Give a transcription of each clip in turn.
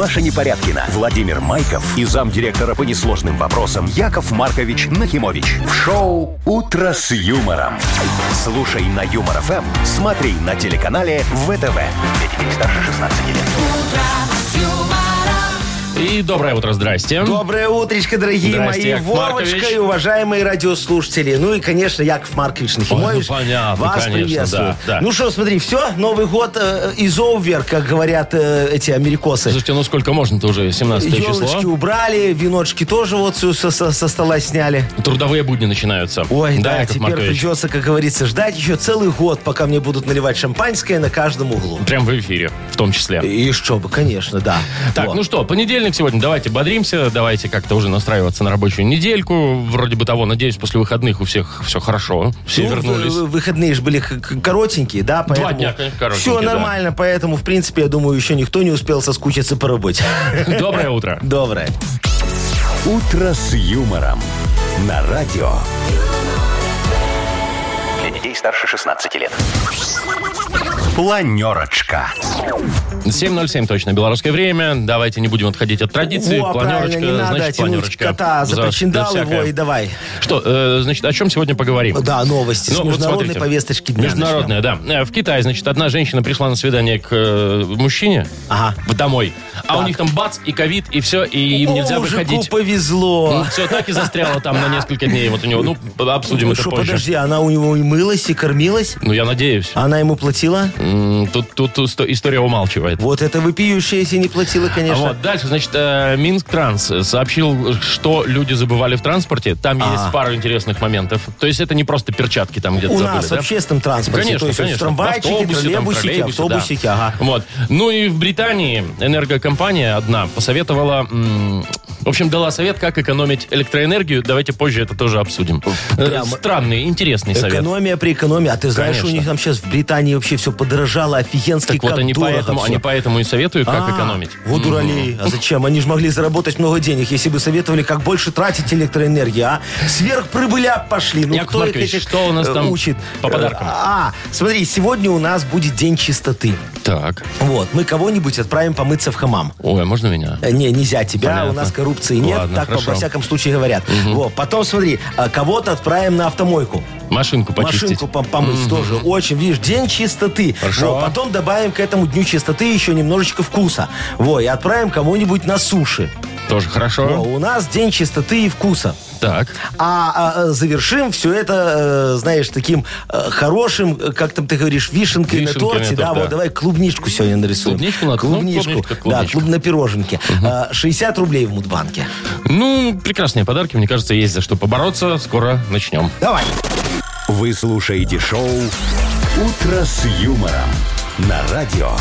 Маша Непорядкина, Владимир Майков и замдиректора по несложным вопросам Яков Маркович Нахимович. В шоу «Утро с юмором». Слушай на Юмор ФМ, смотри на телеканале ВТВ. Для детей старше 16 лет. И доброе утро, здрасте. Доброе утречко, дорогие Здрасте, мои. Яков Вовочка Маркович. и уважаемые радиослушатели. Ну и, конечно, Яков Маркович Нахимович. Понятно, вас конечно, приветствую. да. Ну что, смотри, все, Новый год is over, как говорят эти америкосы. Слушайте, ну сколько можно-то уже, 17 Елочки число? убрали, веночки тоже вот со стола сняли. Трудовые будни начинаются. Ой, да, Яков теперь Маркович? придется, как говорится, ждать еще целый год, пока мне будут наливать шампанское на каждом углу. Прям в эфире, в том числе. И что бы, конечно, да. Так, Вот. ну что, понедельник сегодня, давайте бодримся, давайте как-то уже настраиваться на рабочую недельку. Вроде бы того, надеюсь, после выходных у всех все хорошо, все вернулись. Выходные же были коротенькие, да, поэтому... 2 дня, конечно, коротенькие, Все да. нормально, поэтому, в принципе, я думаю, еще никто не успел соскучиться по работе. Доброе утро. Доброе. «Утро с юмором» на радио. Для детей старше 16 лет. Планерочка. 7:07 точно, белорусское время. Давайте не будем отходить от традиции. Во, правильно, не надо значит, тянуть планерочка. кота за причиндал его всякое. и давай. Что, значит, о чем сегодня поговорим? Да, новости с Ну, вот международной смотрите. повесточки дня. Международная, да. В Китае, значит, одна женщина пришла на свидание к мужчине Ага. домой, а у Так. них там бац, и ковид, и все, и им нельзя мужику выходить. повезло. Все, так и застряло там на несколько дней. Вот у него, ну, обсудим Ну это что, позже. подожди, она у него и мылась, и кормилась? Ну, я надеюсь. Она ему платила? Тут история умалчивает. Вот это вопиющая, если не платила, конечно. Вот, дальше, значит, Минск Транс сообщил, что люди забывали в транспорте. Там есть пару интересных моментов. То есть это не просто перчатки там где-то У забыли, нас в да? общественном транспорте. Конечно, то есть конечно. в трамвайчике, В автобусе, там, троллейбусике, троллейбусе, автобусике. да. Ага. Вот. Ну и в Британии энергокомпания одна посоветовала, в общем, дала совет, как экономить электроэнергию. Давайте позже это тоже обсудим. Прямо. Странный, интересный совет. Экономия при экономии. А ты знаешь, Конечно. у них там сейчас в Британии вообще все подорожало офигенски, Так вот как они дорого поэтому всё. и советуют, как экономить. Вот дуралей. А зачем? Они же могли заработать много денег, если бы советовали, как больше тратить электроэнергии, а? Сверхприбыля пошли. Ну, Яков кто их Маркович, этих что у нас там учит? по подаркам? Смотри, сегодня у нас будет день чистоты. Так. Вот, мы кого-нибудь отправим помыться в хамам. Ой, а можно меня? Не, нельзя тебя, Понятно. у нас коррупции нет, Ладно, так хорошо. во всяком случае говорят. Вот, потом смотри, кого-то отправим на автомойку. Машинку почистить. Машинку помыть тоже. Очень, видишь, день чистоты. Хорошо. Вот, потом добавим к этому дню чистоты еще немножечко вкуса. Вот, и отправим кому-нибудь на суши. Тоже хорошо. Вот, у нас день чистоты и вкуса. Так. А завершим все это, знаешь, таким хорошим, как там ты говоришь, вишенкой на Вишенкой торте. на торт, Да, да. вот давай клубничку сегодня нарисуем. Клубничку надо? Ну, Клубничку. клубничка, Да, клубничку. на пироженке. 60 рублей в Мудбанке. Ну, прекрасные подарки. Мне кажется, есть за что побороться. Скоро начнем. Давай. Вы слушаете шоу «Утро с юмором» на радио.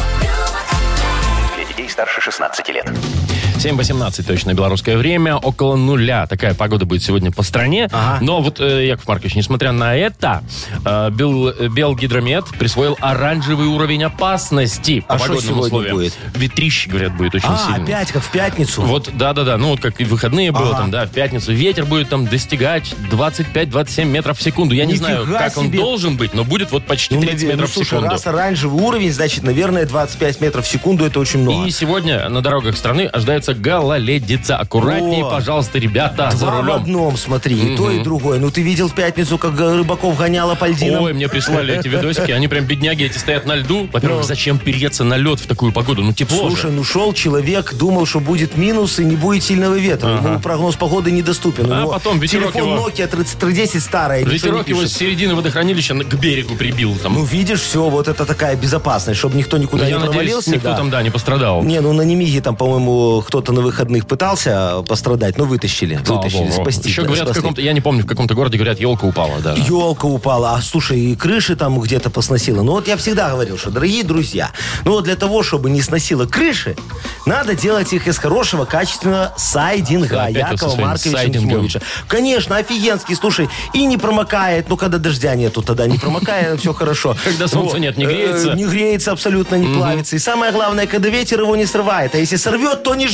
Для детей старше 16 лет. 7:18 точно белорусское время. Около нуля. Такая погода будет сегодня по стране. Ага. Но вот, Яков Маркович, несмотря на это, Белгидромет присвоил оранжевый уровень опасности по А что погодным сегодня условиям. будет? Ветрище, говорят, будет очень сильно. Опять как в пятницу. Вот, да-да-да, ну вот как и в выходные было Ага. там, да, в пятницу. Ветер будет там достигать 25-27 метров в секунду. Я не Нифига знаю, как он себе. должен быть, но будет вот почти 30 метров в слушай, секунду. раз оранжевый уровень, значит, наверное, 25 метров в секунду это очень много. И сегодня на дорогах страны ожидается гололедица. Аккуратнее, О. пожалуйста, ребята, за Два в рулем. одном, смотри, и то, и другое. Ну, ты видел в пятницу, как рыбаков гоняло по льдинам? Ой, мне прислали эти видосики, они прям бедняги эти стоят на льду. Во-первых, зачем переться на лед в такую погоду? Ну, тепло Слушай, же. ну шел человек, думал, что будет минус и не будет сильного ветра. Ему прогноз погоды недоступен. У А него потом ветерок телефон его- Nokia 3310 старая, ничего Ветерок не его с пишет. середины водохранилища к берегу прибил. Там. Ну, видишь, все, вот это такая безопасность, чтобы никто никуда Я не надеюсь, провалился. никто да. там, да, не пострадал. Не, ну на Немиге там, по-моему, кто-то на выходных пытался пострадать, но вытащили. Слава Вытащили, богу. спасти. Еще да, говорят, в спасли. каком-то, я не помню, в каком-то городе, говорят, елка упала даже. Елка упала. А слушай, и крыши там где-то посносило. Ну вот я всегда говорил, что, дорогие друзья, ну вот для того, чтобы не сносило крыши, надо делать их из хорошего, качественного сайдинга Опять вот со Якова своим Марковича сайдингом. Нахимовича. Конечно, офигенский. Слушай, и не промокает. Ну, когда дождя нету, тогда не промокает, все хорошо. Когда солнца нет, не греется. Не греется, абсолютно не плавится. И самое главное, когда ветер его не срывает. А если сорвет, то не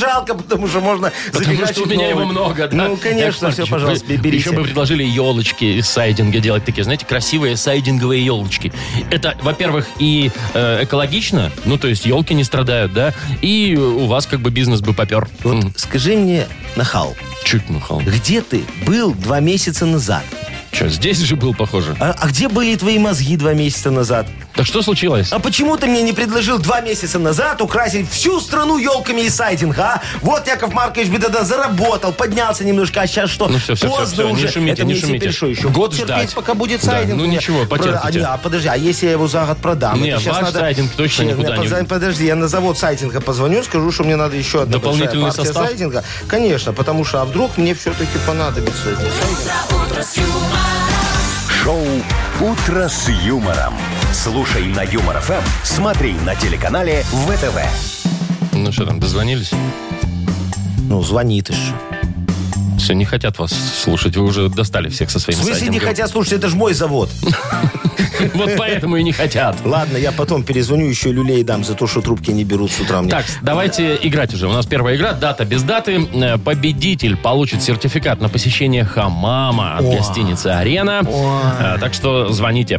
жалко, потому что можно Потому что у меня его много, да? Ну, конечно, все, пожалуйста, берите. Еще бы предложили елочки из сайдинга делать такие, знаете, красивые сайдинговые елочки. Это, во-первых, и экологично, ну, то есть елки не страдают, да, и у вас как бы бизнес бы попер. Вот скажи мне, нахал, Чуть махал. где ты был 2 месяца назад? Че, здесь же был, похоже. А где были твои мозги 2 месяца назад? Так что случилось? А почему ты мне не предложил 2 месяца назад украсить всю страну елками и сайдинга, а? Вот Яков Маркович бы тогда заработал, поднялся немножко, а сейчас что? Ну все, Поздно уже. не шумите, Это не мне шумите. теперь что, еще Год терпеть, ждать. пока будет Да, сайдинг? ну ничего, потерпите. Подожди, а если я его за год продам? Не, Это щас ваш сайдинг точно никуда не уйдет. Подожди, я на завод сайдинга позвоню, скажу, что мне надо еще одна большая Дополнительный партия состав? сайдинга. Конечно, потому что, а вдруг мне все-таки понадобится этот сайдинг? Шоу «Утро с юмором». Слушай на Юмор ФМ, смотри на телеканале ВТВ. Ну что там, дозвонились? Ну, звони ты ж. Все, не хотят вас слушать, вы уже достали всех со В своими смысле не сайдингом. хотят слушать, это же мой завод. Вот поэтому и не хотят. Ладно, я потом перезвоню, еще люлей дам за то, что трубки не берут с утра мне. Так, давайте играть уже. У нас первая игра, дата без даты. Победитель получит сертификат на посещение хамама от гостиницы «Арена». Так что звоните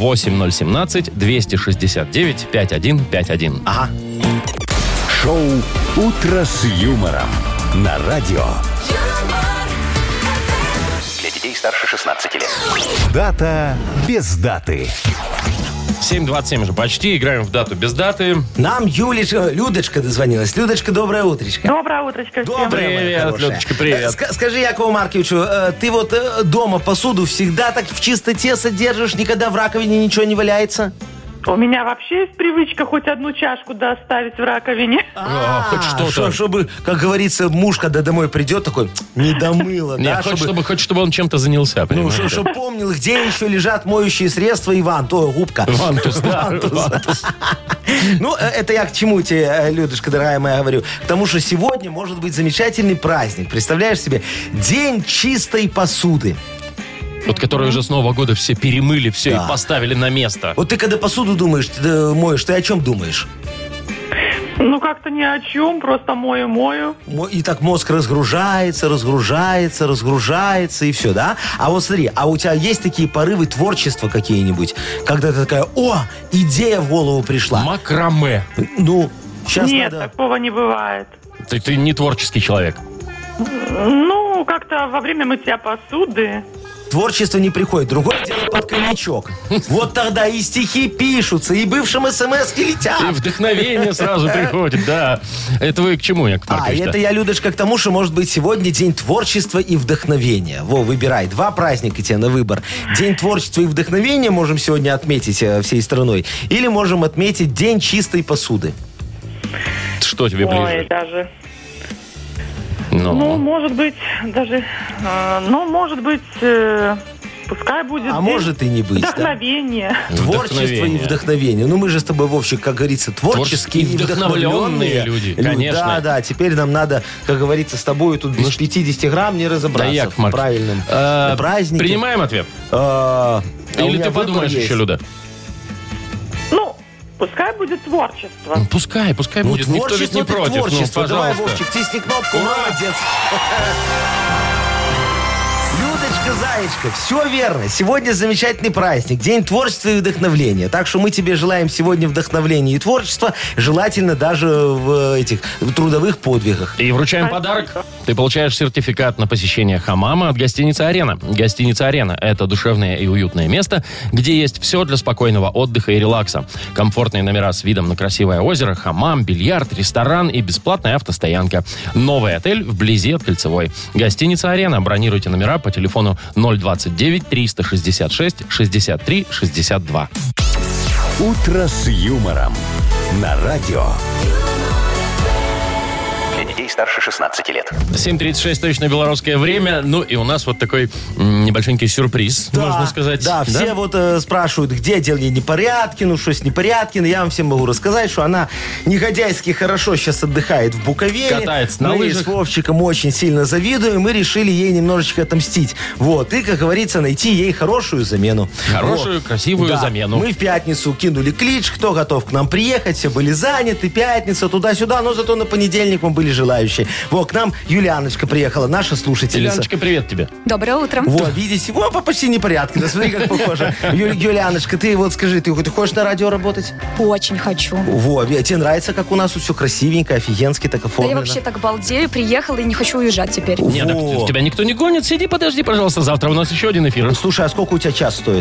8017-269-5151. Ага. Шоу «Утро с юмором» на радио. Для детей старше 16 лет. Дата без даты. 7:27 уже почти. Играем в дату без даты. Нам Людочка дозвонилась. Людочка, доброе утречко. Доброе утречко всем. Доброе, моя Привет, хорошая. Людочка, привет. Скажи, Якову Марковичу, ты вот дома посуду всегда так в чистоте содержишь, никогда в раковине ничего не валяется? У меня вообще есть привычка хоть одну чашку доставить в раковине. Хоть что-то. Чтобы, как говорится, муж, когда домой придет, такой, не домыло, да? Нет, хоть чтобы он чем-то занялся, Ну, понимаете? чтобы помнил, где еще лежат моющие средства и губка. Вантус, да. Вантус. Ну, это я к чему тебе, Людочка, дорогая моя, говорю. К тому, что сегодня может быть замечательный праздник. Представляешь себе? День чистой посуды. Вот которые уже с Нового года все перемыли, все Да. и поставили на место. Вот ты когда посуду моешь, ты о чем думаешь? Ну, как-то ни о чем, просто мою. И так мозг разгружается, и все, да? А вот смотри, а у тебя есть такие порывы творчества какие-нибудь, когда ты такая, идея в голову пришла. Макраме. Ну, сейчас Нет, надо... такого не бывает. Ты не творческий человек. Ну, как-то во время мытья посуды. Творчество не приходит. Другое дело под коньячок. Вот тогда и стихи пишутся, и бывшим смс-ки И летят. вдохновение сразу приходит, да. Это вы к чему, Яков Маркович? Это я, Людочка, к тому, что, может быть, сегодня день творчества и вдохновения. Выбирай. 2 праздника тебе на выбор. День творчества и вдохновения можем сегодня отметить всей страной. Или можем отметить День чистой посуды. Что тебе Ой, ближе? даже. Ну, может быть, даже... пускай будет... А день может и не быть, да? вдохновения. Творчество и вдохновение. Ну, мы же с тобой, Вовчик, как говорится, творческие и вдохновленные люди, конечно. Да, теперь нам надо, как говорится, с тобой тут без 50 грамм не разобраться Яков в Маркович, правильном празднике. Принимаем ответ? А у Или меня ты выбор подумаешь есть. еще, Люда? Ну, пускай будет творчество. Пускай Ну, будет. Никто ведь не творчество, против. Ну, творчество. Давай, пожалуйста. Вовчик, тисни кнопку, Ура! молодец. Людочка, Заячка, все верно. Сегодня замечательный праздник. День творчества и вдохновления. Так что мы тебе желаем сегодня вдохновения и творчества. Желательно даже в трудовых подвигах. И вручаем Спасибо. подарок. Ты получаешь сертификат на посещение хамама от гостиницы «Арена». Гостиница «Арена» — это душевное и уютное место, где есть все для спокойного отдыха и релакса. Комфортные номера с видом на красивое озеро, хамам, бильярд, ресторан и бесплатная автостоянка. Новый отель вблизи от Кольцевой. Гостиница «Арена». Бронируйте номера по телефону 029-366-63-62. «Утро с юмором» на радио. Для детей старше 16 лет. 7:36 точно белорусское время. Ну и у нас вот такой небольшенький сюрприз, можно сказать. Да, все вот спрашивают, где делали непорядки, ну что с непорядки. Я вам всем могу рассказать, что она негодяйски хорошо сейчас отдыхает в Буковеле. Катается на Мы лыжах. с Вовчиком очень сильно завидуем. Мы решили ей немножечко отомстить. Вот. И, как говорится, найти ей хорошую замену. Хорошую, красивую Да. замену. Мы в пятницу кинули клич, кто готов к нам приехать. Все были заняты, пятница, туда-сюда. Но зато на понедельник мы были желательны. наступающей. Во, к нам Юлианочка приехала, наша слушательница. Юляночка, привет тебе. Доброе утро. Вот, видите, почти непорядки. Да смотри, как похоже. Юлианочка, ты вот скажи, ты хочешь на радио работать? Очень хочу. Во, тебе нравится, как у нас тут все красивенько, офигенски так Да оформлено? я вообще так балдею, приехала и не хочу уезжать теперь. Нет, так Во. тебя никто не гонит. Сиди, подожди, пожалуйста. Завтра у нас еще один эфир. Слушай, а сколько у тебя час стоит?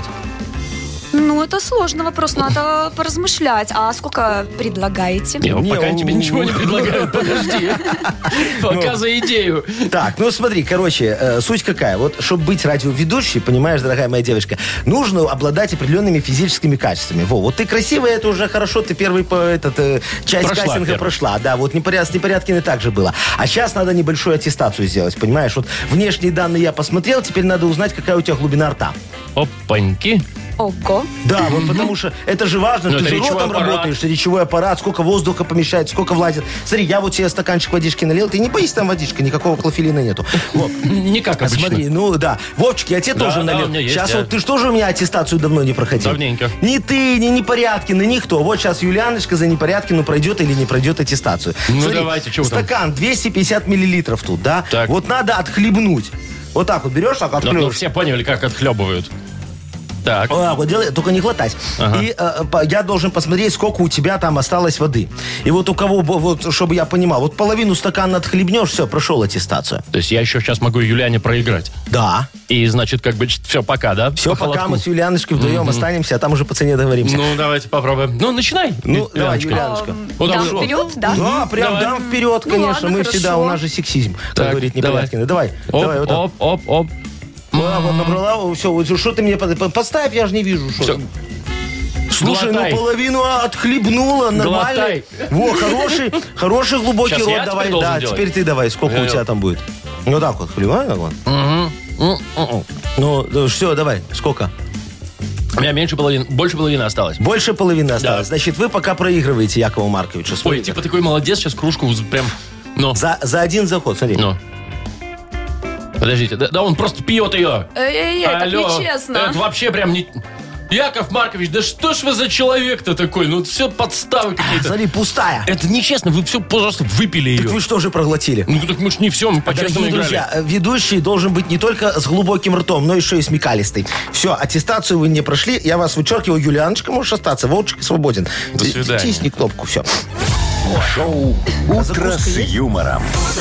Ну, это сложный вопрос, надо поразмышлять. А сколько предлагаете? Я Не, пока тебе ничего не предлагаю. Подожди. Пока за идею. Так, ну смотри, короче, суть какая. Вот, чтобы быть радиоведущей, понимаешь, дорогая моя девочка, нужно обладать определенными физическими качествами. Во, вот ты красивая, это уже хорошо, ты первый часть Прошла кастинга первый. прошла. Да, вот с Непорядкиной так же было. А сейчас надо небольшую аттестацию сделать, понимаешь? Вот внешние данные я посмотрел, теперь надо узнать, какая у тебя глубина рта. Опаньки. Ого. Да, вот потому что это же важно, Ну, ты это же речевой ротом аппарат. работаешь, речевой аппарат, сколько воздуха помещает, сколько влазит. Смотри, я вот себе стаканчик водички налил, ты не боись, там водичка, никакого клофелина нету. Вот. Не как обычно. Смотри, ну да. Вовчик, я тебе Да, тоже да, налил. у меня есть, Сейчас я- вот ты же тоже у меня аттестацию давно не проходил. Давненько. Ни ты, ни Непорядкина, никто. Вот сейчас Юлианочка за Непорядкину пройдет или не пройдет аттестацию. Ну, давайте, чего там? Стакан 250 миллилитров тут, да? Так. Вот надо отхлебнуть. Вот так вот берешь, так Ну, отхлебываешь. все поняли, как отхлебывают. Так. Вот делай, только не глотать. Ага. И я должен посмотреть, сколько у тебя там осталось воды. И вот у кого, вот, чтобы я понимал, вот половину стакана отхлебнешь, все, прошел аттестацию. То есть я еще сейчас могу Юляне проиграть. Да. И, значит, как бы все, пока, да? Все, По пока холодку. мы с Юлианочкой вдвоем останемся, а там уже по цене договоримся. Ну, давайте попробуем. Ну, начинай. Ну, давай, Юляночка. Юлианочка. Вот Дам так. вперед, да? Ну, а прям Давай. дам вперед, Ну, конечно. ладно, Мы хорошо. всегда, у нас же сексизм, как Так, говорит давай. Непорядкина. Давай, давай, вот так. Оп, оп, оп. Вот набрала, все, что ты мне подставь, я же не вижу. Что. Всё. Слушай, Глотай. ну половину отхлебнула, нормально. Глотай. Во, хороший глубокий Сейчас рот, я давай. теперь должен Да, делать? теперь ты давай, сколько у тебя там будет? Ну так вот, хлебай, так вот. Ну, все, давай, сколько? У меня больше половины осталось. Больше половины осталось. Значит, вы пока проигрываете Якову Марковичу. Ой, Смотрите. типа такой молодец, сейчас кружку прям... Ну, За один заход, смотри. ну. Подождите, да он просто пьет ее. Так Алло, нечестно. это вообще прям не... Яков Маркович, да что ж вы за человек-то такой? Ну, все подставы какие-то. Смотри, пустая. Это нечестно, вы все, пожалуйста, выпили Так ее. вы что же проглотили? Ну, так мы ж не все, мы по-честному Дорогие играли. друзья, ведущий должен быть не только с глубоким ртом, но еще и смекалистый. Все, аттестацию вы не прошли, я вас вычеркиваю. Юлианочка, можешь остаться, Вовчик свободен. До свидания. Тисни кнопку, все. Шоу «Утро с юмором».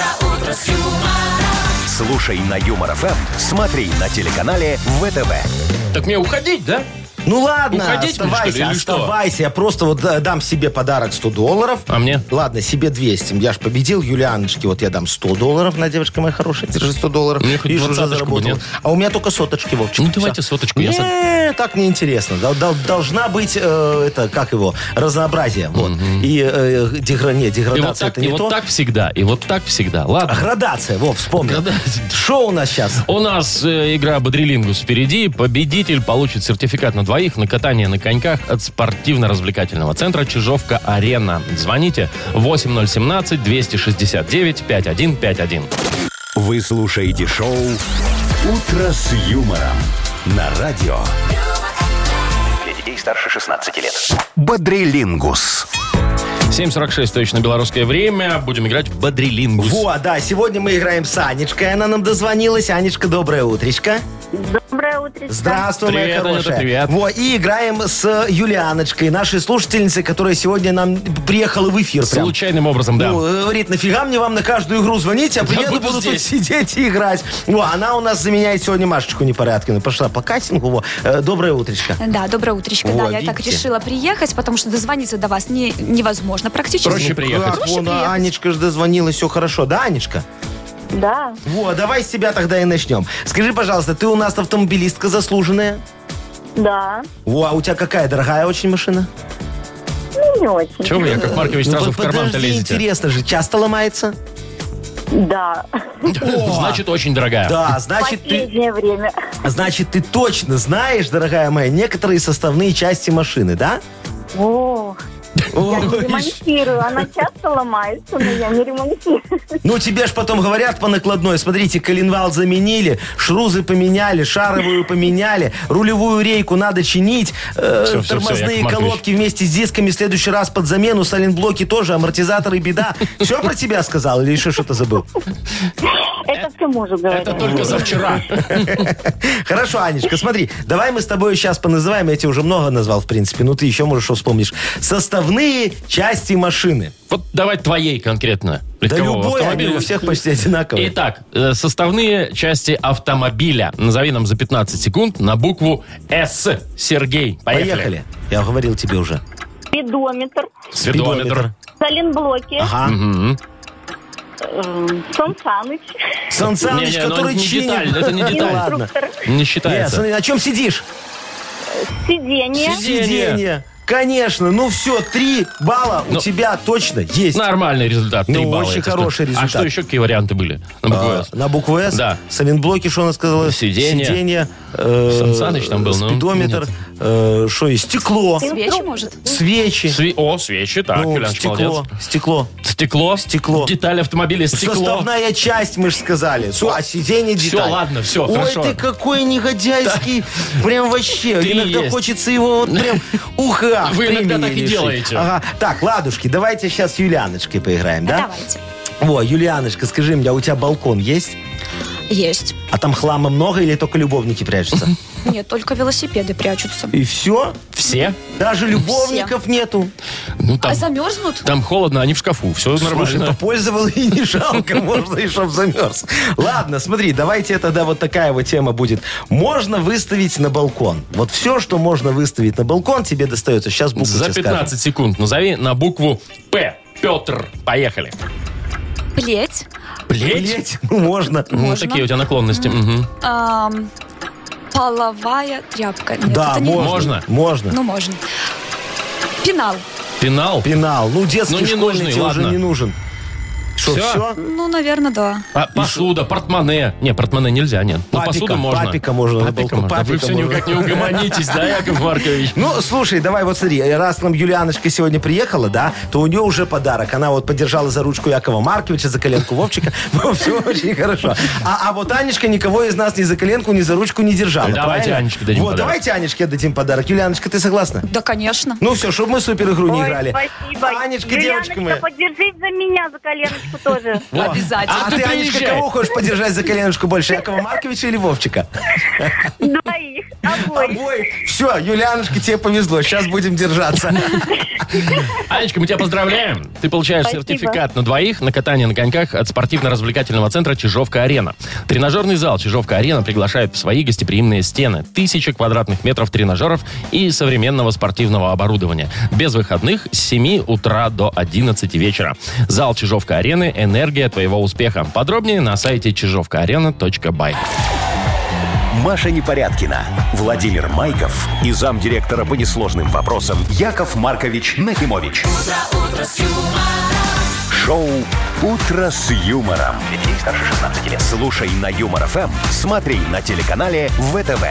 Слушай на Юмор ФМ, смотри на телеканале ВТВ. Так мне уходить, да? Ну ладно, Уходить мне, что ли, или что? оставайся. Я просто вот дам себе подарок $100. А мне? Ладно, себе 200. Я ж победил Юлианочке. Вот я дам $100. На, девочка моя хорошая, держи $100. Мне хоть Видишь, уже 20-очку бы заработал. нет. А у меня только соточки, Вовчик. Ну, давайте Всё. соточку, я сам- Не, так неинтересно. Должна быть, разнообразие. Вот. И деградация это и не вот то. так всегда, и вот так всегда. Ладно. Градация, Вов, вспомни. Градация. Что у нас сейчас? У нас игра «Бодрилингус» впереди. Победитель получит сертификат на двоих на катание на коньках от спортивно-развлекательного центра «Чижовка-Арена». Звоните 8017-269-5151. Вы слушаете шоу «Утро с юмором» на радио. Для детей старше 16 лет. Бодрилингус. 7:46 точно белорусское время. Будем играть в «Бодрилингус». Во, да, сегодня мы играем с Анечкой. Она нам дозвонилась. Анечка, доброе утречко. Доброе утро. Здравствуй, Привет, моя Анюта, хорошая. привет. Во, и играем с Юлианочкой, нашей слушательницей, которая сегодня нам приехала в эфир. Прям. Случайным образом, да. Ну, говорит, нафига мне вам на каждую игру звонить, а приеду, буду буду тут здесь. сидеть и играть. Во, она у нас заменяет сегодня Машечку Непорядкину. Пошла по кастингу. Во. Доброе утречко. Да, доброе утречко. О, Да, я так видите? решила приехать, потому что дозвониться до вас невозможно практически. Проще приехать. Как Проще вон, приехать. Анечка же дозвонилась, все хорошо. Да, Анечка? Да, Во, давай с тебя тогда и начнем. Скажи, пожалуйста, ты у нас автомобилистка заслуженная? да. Во, а у тебя какая дорогая очень машина? Ну, не очень. Чего вы, Яков Маркович, сразу в карман-то подожди, лезете? интересно же, часто ломается? Да. Значит, очень дорогая. Да, значит Последнее время. ты точно знаешь, дорогая моя, некоторые составные части машины, да? О, Я не ремонтирую. Она часто ломается, но я не ремонтирую. Ну, тебе ж потом говорят по накладной, смотрите, коленвал заменили, шрузы поменяли, шаровую поменяли, рулевую рейку надо чинить, Всё, тормозные Яков Маркович. колодки вместе с дисками в следующий раз под замену, сайлентблоки тоже, амортизаторы беда. Все про тебя сказал или еще что-то забыл? Это все мужу говорю. Это только за вчера. Хорошо, Анечка, смотри, давай мы с тобой сейчас поназываем, я тебе уже много назвал, в принципе, ну ты еще, может, что вспомнишь. Составные части машины. Вот давай твоей конкретно. Да легкового любой, они автомобиля. у всех почти одинаковые. Итак, составные части автомобиля. Назови нам за 15 секунд на букву «С». Сергей, поехали. Я говорил тебе уже. Спидометр, Спидометр. соленблоки, Ага. Мгм. Сан Саныч, Сан Саныч, Не-не, ну, который не чинит. деталь, это не деталь. Ладно. инструктор, Не Нет, считается. смотри, на чем сидишь? сиденье, Сиденье. Конечно, ну все, 3 балла у Ну, тебя точно есть. Нормальный результат. 3 Ну, балла, очень я тебе хороший скажу. результат. А что еще, какие варианты были? На букву «С»? На букву «С»? Да. Сайлентблоки, что она сказала? Сиденье. Сан Саныч там был, ну, Спидометр. Что есть? Стекло. Свечи, может? Свечи. Свечи, так, Ну, Юляночка, стекло. молодец. Стекло. Стекло. Стекло. Деталь автомобиля, стекло. Составная часть, мы же сказали. А сиденье Все, деталь. ладно, все, Ой, хорошо. ты какой негодяйский. Прям вообще. Ты Иногда есть. хочется его вот прям уха. Вы при иногда мне так и лишить. делаете. Ага. Так, ладушки, давайте сейчас с Юлианочкой поиграем, да? Давайте. Во, Юлианочка, скажи мне, а у тебя балкон есть? Есть. А там хлама много или только любовники прячутся? Нет, только велосипеды прячутся. И все? Все? Даже любовников нету? Ну, там, А замерзнут? там холодно, они в шкафу. Все Слушай, нормально. попользовал и не жалко, можно и чтоб замерз. Ладно, смотри, давайте тогда вот такая вот тема будет. Можно выставить на балкон. Вот все, что можно выставить на балкон, тебе достается. Сейчас букву За тебе 15 скажем. секунд назови на букву «П». Петр. Поехали. Плеть. Плеть? Плеть? Ну, можно. Ну, Можно. такие у тебя наклонности. Мгм. Половая тряпка. Нет, Да, это не Можно? Можно. Ну, можно. Пенал. Пенал? Пенал. Ну, детский Ну, не школьный нужный, тебе уже ладно. не нужен. Что, Всё? все? Ну, наверное, да. Посуда, портмоне. Не, портмоне нельзя, нет. Ну, Папика, посуду можно. папика можно на Папика балкон, можно. Вы папика все можно. никак не угомонитесь, да, Яков Маркович? Ну, слушай, давай вот смотри, раз нам Юлианочка сегодня приехала, да, то у нее уже подарок. Она вот поддержала за ручку Якова Марковича, за коленку Вовчика. Все очень хорошо. А вот Анечка никого из нас ни за коленку, ни за ручку не держала. Давайте правильно? Анечке дадим Вот, подарок. давайте Анечке дадим подарок. Юлианочка, ты согласна? Да, конечно. Ну все, чтобы мы супер игру не Ой, играли. спасибо. Анечка, девочка моя. поддержите за меня, за коленочку тоже. Обязательно. А ты ты, Анечка, приезжай. кого хочешь поддержать за коленочку больше, Якова Марковича или Вовчика? Двоих, обоих. Обоих. Все, Юлианочка, тебе повезло. Сейчас будем держаться. Анечка, мы тебя поздравляем. Ты получаешь Спасибо. сертификат на двоих на катание на коньках от спортивно-развлекательного центра «Чижовка-арена». Тренажерный зал «Чижовка-арена» приглашает в свои гостеприимные стены. 1000 квадратных метров тренажеров и современного спортивного оборудования. Без выходных с 7 утра до 11 вечера. Зал «Чижовка-арены» – энергия твоего успеха. Подробнее на сайте чижовкаарена.бай. Маша Непорядкина, Владимир Майков и замдиректора по несложным вопросам Яков Маркович Нахимович. Шоу «Утро с юмором». Для детей старше 16 лет. Слушай на Юмор ФМ, смотри на телеканале ВТВ.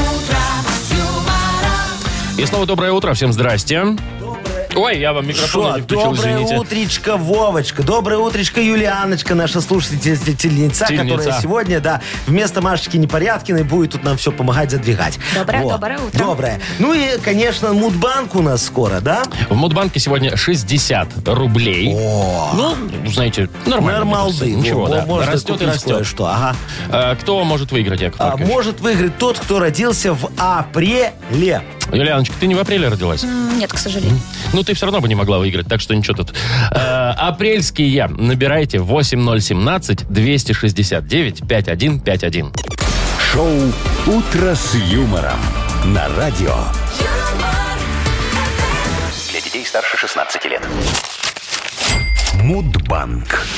И снова доброе утро. Всем здрасте. Ой, я вам микрофон Шо, не включил, доброе извините. утречко, Вовочка. Доброе утречко, Юлианочка, наша слушательница, которая сегодня, да, вместо Машечки Непорядкиной будет тут нам все помогать задвигать. Доброе утро. Доброе. Ну и, конечно, Мудбанк у нас скоро, да? В Мудбанке сегодня 60 рублей. Ну, знаете, нормально. Нормалды. мне кажется. Ничего, Во, да. можно Растет и купить растет. кое-что. Ага. Кто может выиграть, Яков Маркович? Может выиграть тот, кто родился в апреле. Юлианочка, ты не в апреле родилась? Нет, к сожалению. Ну, ты все равно бы не могла выиграть, так что ничего тут. Апрельские. Набирайте 8017-269-5151. Шоу «Утро с юмором» на радио. Для детей старше 16 лет. Мудбанк.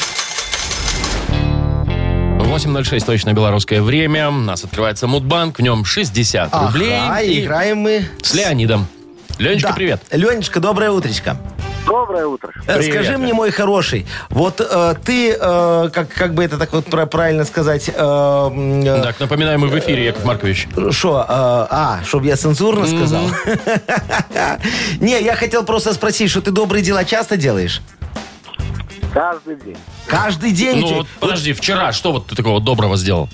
8.06 точно белорусское время. У нас открывается Мудбанк. В нем 60 рублей. Ага, И играем мы с Леонидом. Ленечка, Да. привет. Ленечка, доброе утречко. Доброе утро. Скажи мне, мой хороший, вот ты, как бы это так вот правильно сказать... Так, напоминаем, мы в эфире, Яков Маркович. Чтобы я цензурно сказал? Не, я хотел просто спросить, что ты добрые дела часто делаешь? Каждый день. Каждый день? Ну, вот, подожди, вчера что вот ты такого доброго сделал?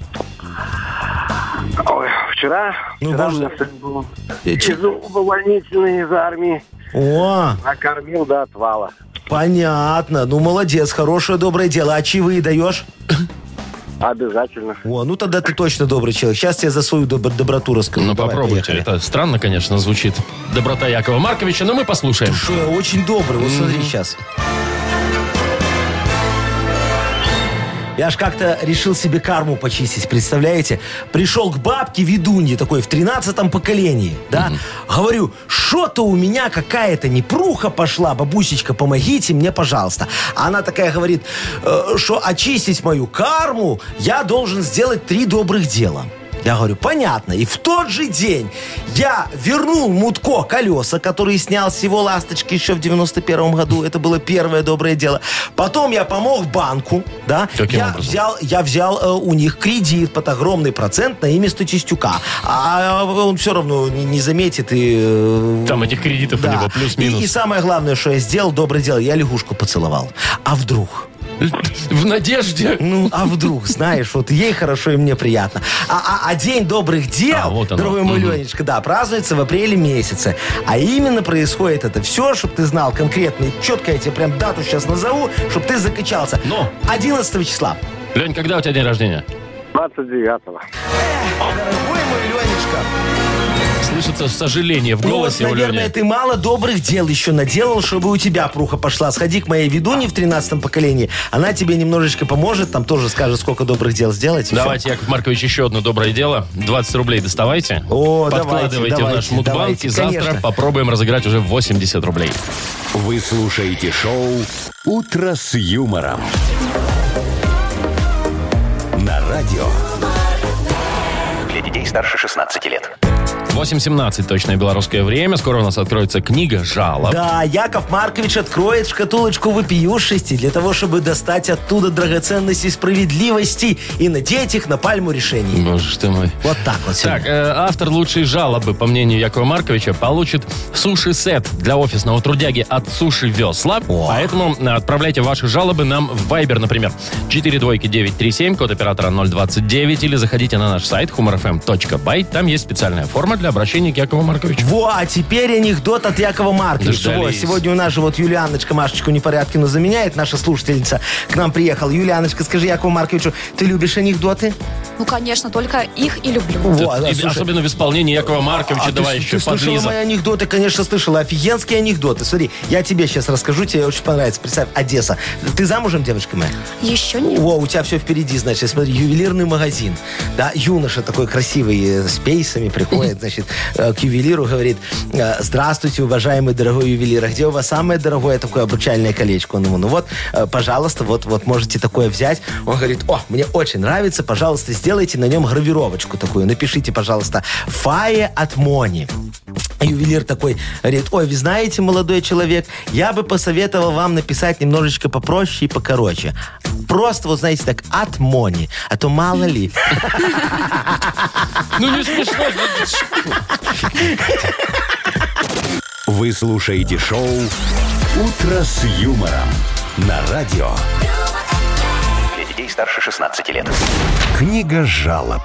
Ой, вчера у меня сын был увольнительный из армии. О, Накормил до отвала. понятно. Ну, молодец, хорошее доброе дело. А чаевые даешь? Обязательно. О, ну тогда ты точно добрый человек. Сейчас я за свою доброту расскажу. Ну, Давай, попробуйте. поехали. Это странно, конечно, звучит. Доброта Якова Марковича, но мы послушаем. Что, я очень добрый. Вот смотри сейчас. Я ж как-то решил себе карму почистить, представляете? Пришел к бабке ведунье такой в 13-м поколении, да? Говорю, что-то у меня какая-то непруха пошла, бабусечка, помогите мне, пожалуйста. А она такая говорит, что очистить мою карму я должен сделать 3 добрых дела. Я говорю, понятно. И в тот же день я вернул Мутко колеса, которые снял с его ласточки еще в 91-м году. Это было первое доброе дело. Потом я помог банку, да. Каким образом? Я взял у них кредит под огромный процент на имя Статистюка. А он все равно не заметит. И, Там этих кредитов у него плюс-минус. И самое главное, что я сделал, доброе дело, я лягушку поцеловал. А вдруг? В надежде. Ну, а вдруг, знаешь, вот ей хорошо и мне приятно. А День добрых дел, вот оно. дорогой мой Ленечка, да, празднуется в апреле месяце. А именно происходит это все, чтобы ты знал конкретно и четко, я тебе прям дату сейчас назову, чтобы ты закачался. Но. 11 числа. Лень, когда у тебя день рождения? 29-го. Дорогой мой Ленечка. Слышится сожаление в голосе Вот, у наверное, Лени. ты мало добрых дел еще наделал, чтобы у тебя пруха пошла. Сходи к моей ведуне в 13-м поколении. Она тебе немножечко поможет, там тоже скажет, сколько добрых дел сделать. и Давайте, Яков Маркович, еще одно доброе дело. 20 рублей доставайте. О, подкладывайте в наш Мудбанк. давайте, И завтра конечно. попробуем разыграть уже 80 рублей. Вы слушаете шоу «Утро с юмором». На радио. Для детей старше 16 лет. 8:17 точное белорусское время. Скоро у нас откроется книга жалоб. Да, Яков Маркович откроет шкатулочку вопиюшести для того, чтобы достать оттуда драгоценности справедливости и надеть их на пальму решений. Боже ж ты мой. Вот так вот Так, сегодня. автор лучшей жалобы, по мнению Якова Марковича, получит суши-сет для офисного трудяги от Суши Весла. О. Поэтому отправляйте ваши жалобы нам в Viber, например, 42937, код оператора 029, или заходите на наш сайт humorfm.by. Там есть специальная форма для обращения к Якову Марковичу. Во, а теперь анекдот от Якова Марковича. Дождались. Во, сегодня у нас же вот Юлианочка Машечку Непорядкину заменяет, наша слушательница к нам приехала. Юлианочка, скажи Якову Марковичу, ты любишь анекдоты? Ну, конечно, только их и люблю. Во, да, И слушай. особенно в исполнении Якова Марковича. Давай ты еще слышала подлиза. мои анекдоты? Конечно, слышала. Офигенские анекдоты. Смотри, я тебе сейчас расскажу, тебе очень понравится. Представь, Одесса. Ты замужем, девочка моя? Еще нет. О, у тебя все впереди, значит, смотри, ювелирный магазин. Да, юноша такой красивый, с пейсами приходит, значит, к ювелиру, говорит, здравствуйте, уважаемый дорогой ювелир, а где у вас самое дорогое такое обручальное колечко? Он ему, ну вот, пожалуйста, вот можете такое взять. Он говорит, о, мне очень нравится, пожалуйста, сделайте на нем гравировочку такую, напишите, пожалуйста, «Фае от Мони». Ювелир такой говорит, ой, вы знаете, молодой человек, я бы посоветовал вам написать немножечко попроще и покороче. Просто, вот знаете, так, от Мони, а то мало ли. Ну не смешно. Вы слушаете шоу «Утро с юмором» на радио. Для детей старше 16 лет. Книга жалоб.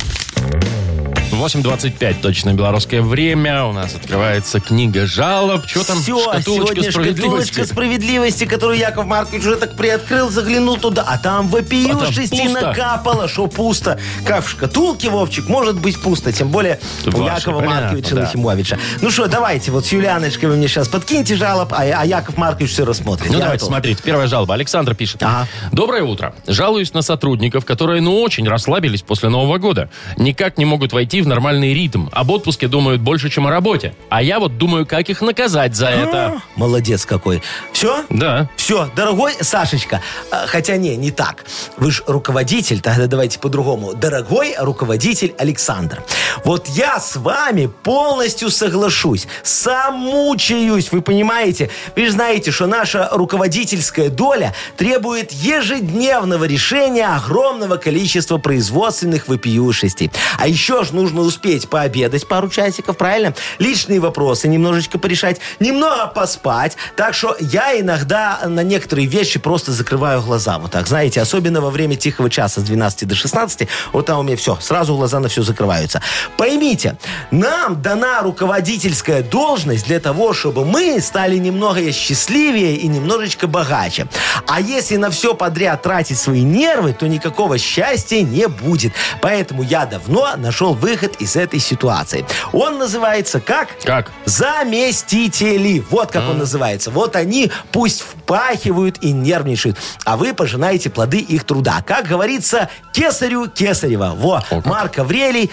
8:25 точно белорусское время. У нас открывается книга жалоб. Что там? Все, Шкатулочка сегодня справедливости. шкатулочка справедливости, которую Яков Маркович уже так приоткрыл, заглянул туда, а там вопиюшести пусто. накапало, что пусто. Как в шкатулке, Вовчик, может быть пусто, тем более у Ваше, Якова понятно, Марковича да. Нахимовича. Ну что, давайте, вот с Юлианочкой вы мне сейчас подкиньте жалоб, а Яков Маркович все рассмотрит. Ну, Я давайте, готов. смотрите. Первая жалоба. Александр пишет. Ага. Доброе утро. Жалуюсь на сотрудников, которые, очень расслабились после Нового года. Никак не могут войти в нормальный ритм. Об отпуске думают больше, чем о работе. А я вот думаю, как их наказать за это. Молодец какой. Все? Да. Все, дорогой Сашечка. Хотя не так. Вы же руководитель, тогда давайте по-другому. Дорогой руководитель Александр. Вот я с вами полностью соглашусь. Сам мучаюсь, вы понимаете? Вы же знаете, что наша руководительская доля требует ежедневного решения огромного количества производственных вопиюшестей. А еще ж нужно успеть пообедать пару часиков, правильно? Личные вопросы немножечко порешать, немного поспать. Так что я иногда на некоторые вещи просто закрываю глаза. Вот так, знаете, особенно во время тихого часа с 12 до 16, вот там у меня все, сразу глаза на все закрываются. Поймите, нам дана руководительская должность для того, чтобы мы стали немного счастливее и немножечко богаче. А если на все подряд тратить свои нервы, то никакого счастья не будет. Поэтому я давно нашел выход из этой ситуации. Он называется как? Как? Заместители. Вот как он называется. Вот они пусть впахивают и нервничают, а вы пожинаете плоды их труда. Как говорится, кесарю кесарева. Во, Марк Аврелий,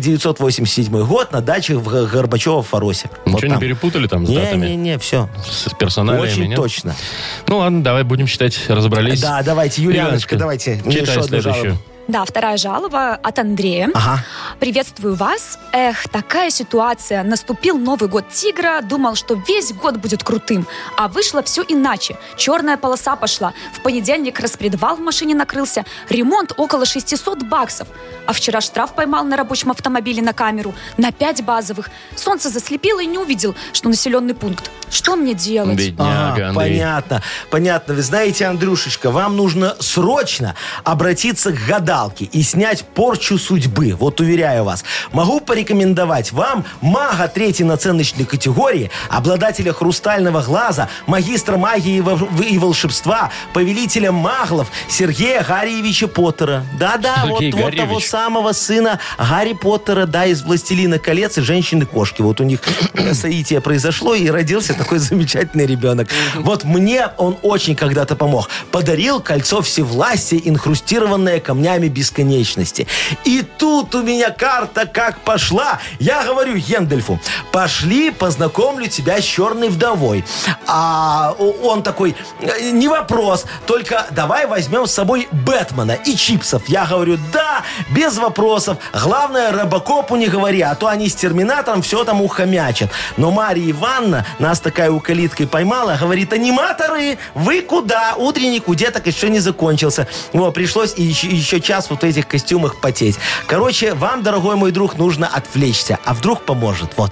1987 год, на даче в Горбачево-Фаросе. Ничего вот не перепутали там с датами? Не, все. С персоналиями, Очень нет? точно. Ну ладно, давай будем считать, разобрались. Да, давайте, Юлианочка, давайте. Читай Еще одну следующую. жалобу. Да, вторая жалоба от Андрея. Ага. Приветствую вас. Эх, такая ситуация. Наступил Новый год тигра. Думал, что весь год будет крутым. А вышло все иначе. Черная полоса пошла. В понедельник распредвал в машине накрылся. Ремонт около $600. А вчера штраф поймал на рабочем автомобиле на камеру. На 5 базовых. Солнце заслепило и не увидел, что населенный пункт. Что мне делать? Бедняга, Ага, Андрей. понятно. Вы знаете, Андрюшечка, вам нужно срочно обратиться к гадалке и снять порчу судьбы. Вот уверяю вас. Могу порекомендовать вам мага 3-й наценочной категории, обладателя хрустального глаза, магистра магии и волшебства, повелителя маглов Сергея Гарриевича Поттера. Да-да, вот Гарриевич. того самого сына Гарри Поттера, да, из «Властелина колец» и «Женщины-кошки». Вот у них соитие произошло, и родился такой замечательный ребенок. Вот мне он очень когда-то помог. Подарил кольцо всевластия, инхрустированное камнями бесконечности. И тут у меня карта как пошла. Я говорю Гендальфу: пошли, познакомлю тебя с черной вдовой. А он такой: не вопрос, только давай возьмем с собой Бэтмена и чипсов. Я говорю: да, без вопросов. Главное, Робокопу не говори, а то они с Терминатором все там ухомячат. Но Марья Ивановна нас такая уколиткой поймала, говорит: аниматоры, вы куда? Утренник у деток еще не закончился. Вот, пришлось еще час вот в этих костюмах потеть. Короче, вам, дорогой мой друг, нужно отвлечься. А вдруг поможет? Вот.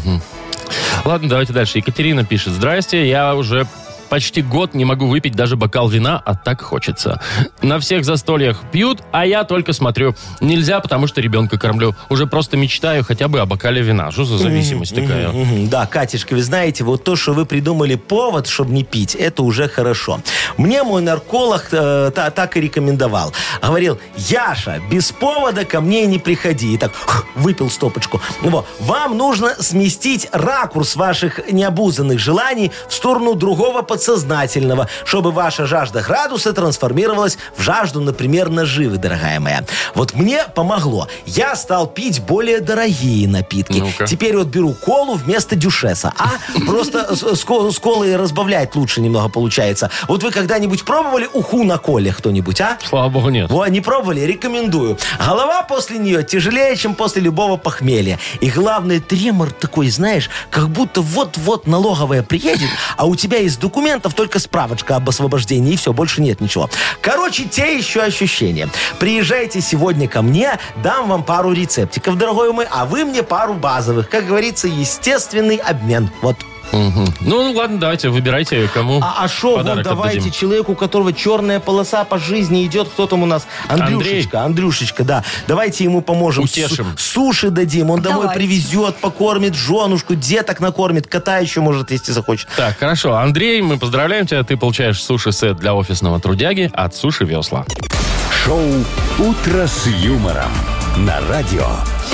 Ладно, давайте дальше. Екатерина пишет: здрасте, я уже почти год не могу выпить даже бокал вина, а так хочется. На всех застольях пьют, а я только смотрю. Нельзя, потому что ребенка кормлю. Уже просто мечтаю хотя бы о бокале вина. Что за зависимость такая? Да, Катюшка, вы знаете, вот то, что вы придумали повод, чтобы не пить, это уже хорошо. Мне мой нарколог так и рекомендовал. Говорил: Яша, без повода ко мне не приходи. И так выпил стопочку. Вот. Вам нужно сместить ракурс ваших необузданных желаний в сторону другого подсознательного, чтобы ваша жажда градуса трансформировалась в жажду, например, наживы, дорогая моя. Вот мне помогло. Я стал пить более дорогие напитки. Ну-ка. Теперь вот беру колу вместо дюшеса. А просто с колой разбавлять лучше немного получается. Вот вы когда-нибудь пробовали уху на коле кто-нибудь, а? Слава богу, нет. Во, не пробовали? Рекомендую. Голова после нее тяжелее, чем после любого похмелья. И главное, тремор такой, знаешь, как будто вот-вот налоговая приедет, а у тебя из документов только справочка об освобождении, и все, больше нет ничего. Короче, те еще ощущения. Приезжайте сегодня ко мне, дам вам пару рецептиков, дорогой мой, а вы мне пару базовых. Как говорится, естественный обмен. Вот. Ну, ладно, давайте, выбирайте, кому А шо, вот подарок давайте отдадим. человеку, у которого черная полоса по жизни идет, кто там у нас? Андрюшечка, да. Давайте ему поможем. Утешим. Суши дадим, он домой Давайте. привезет, покормит женушку, деток накормит, кота еще может, если захочет. Так, хорошо. Андрей, мы поздравляем тебя. Ты получаешь суши-сет для офисного трудяги от Суши Весла. Шоу «Утро с юмором» на радио.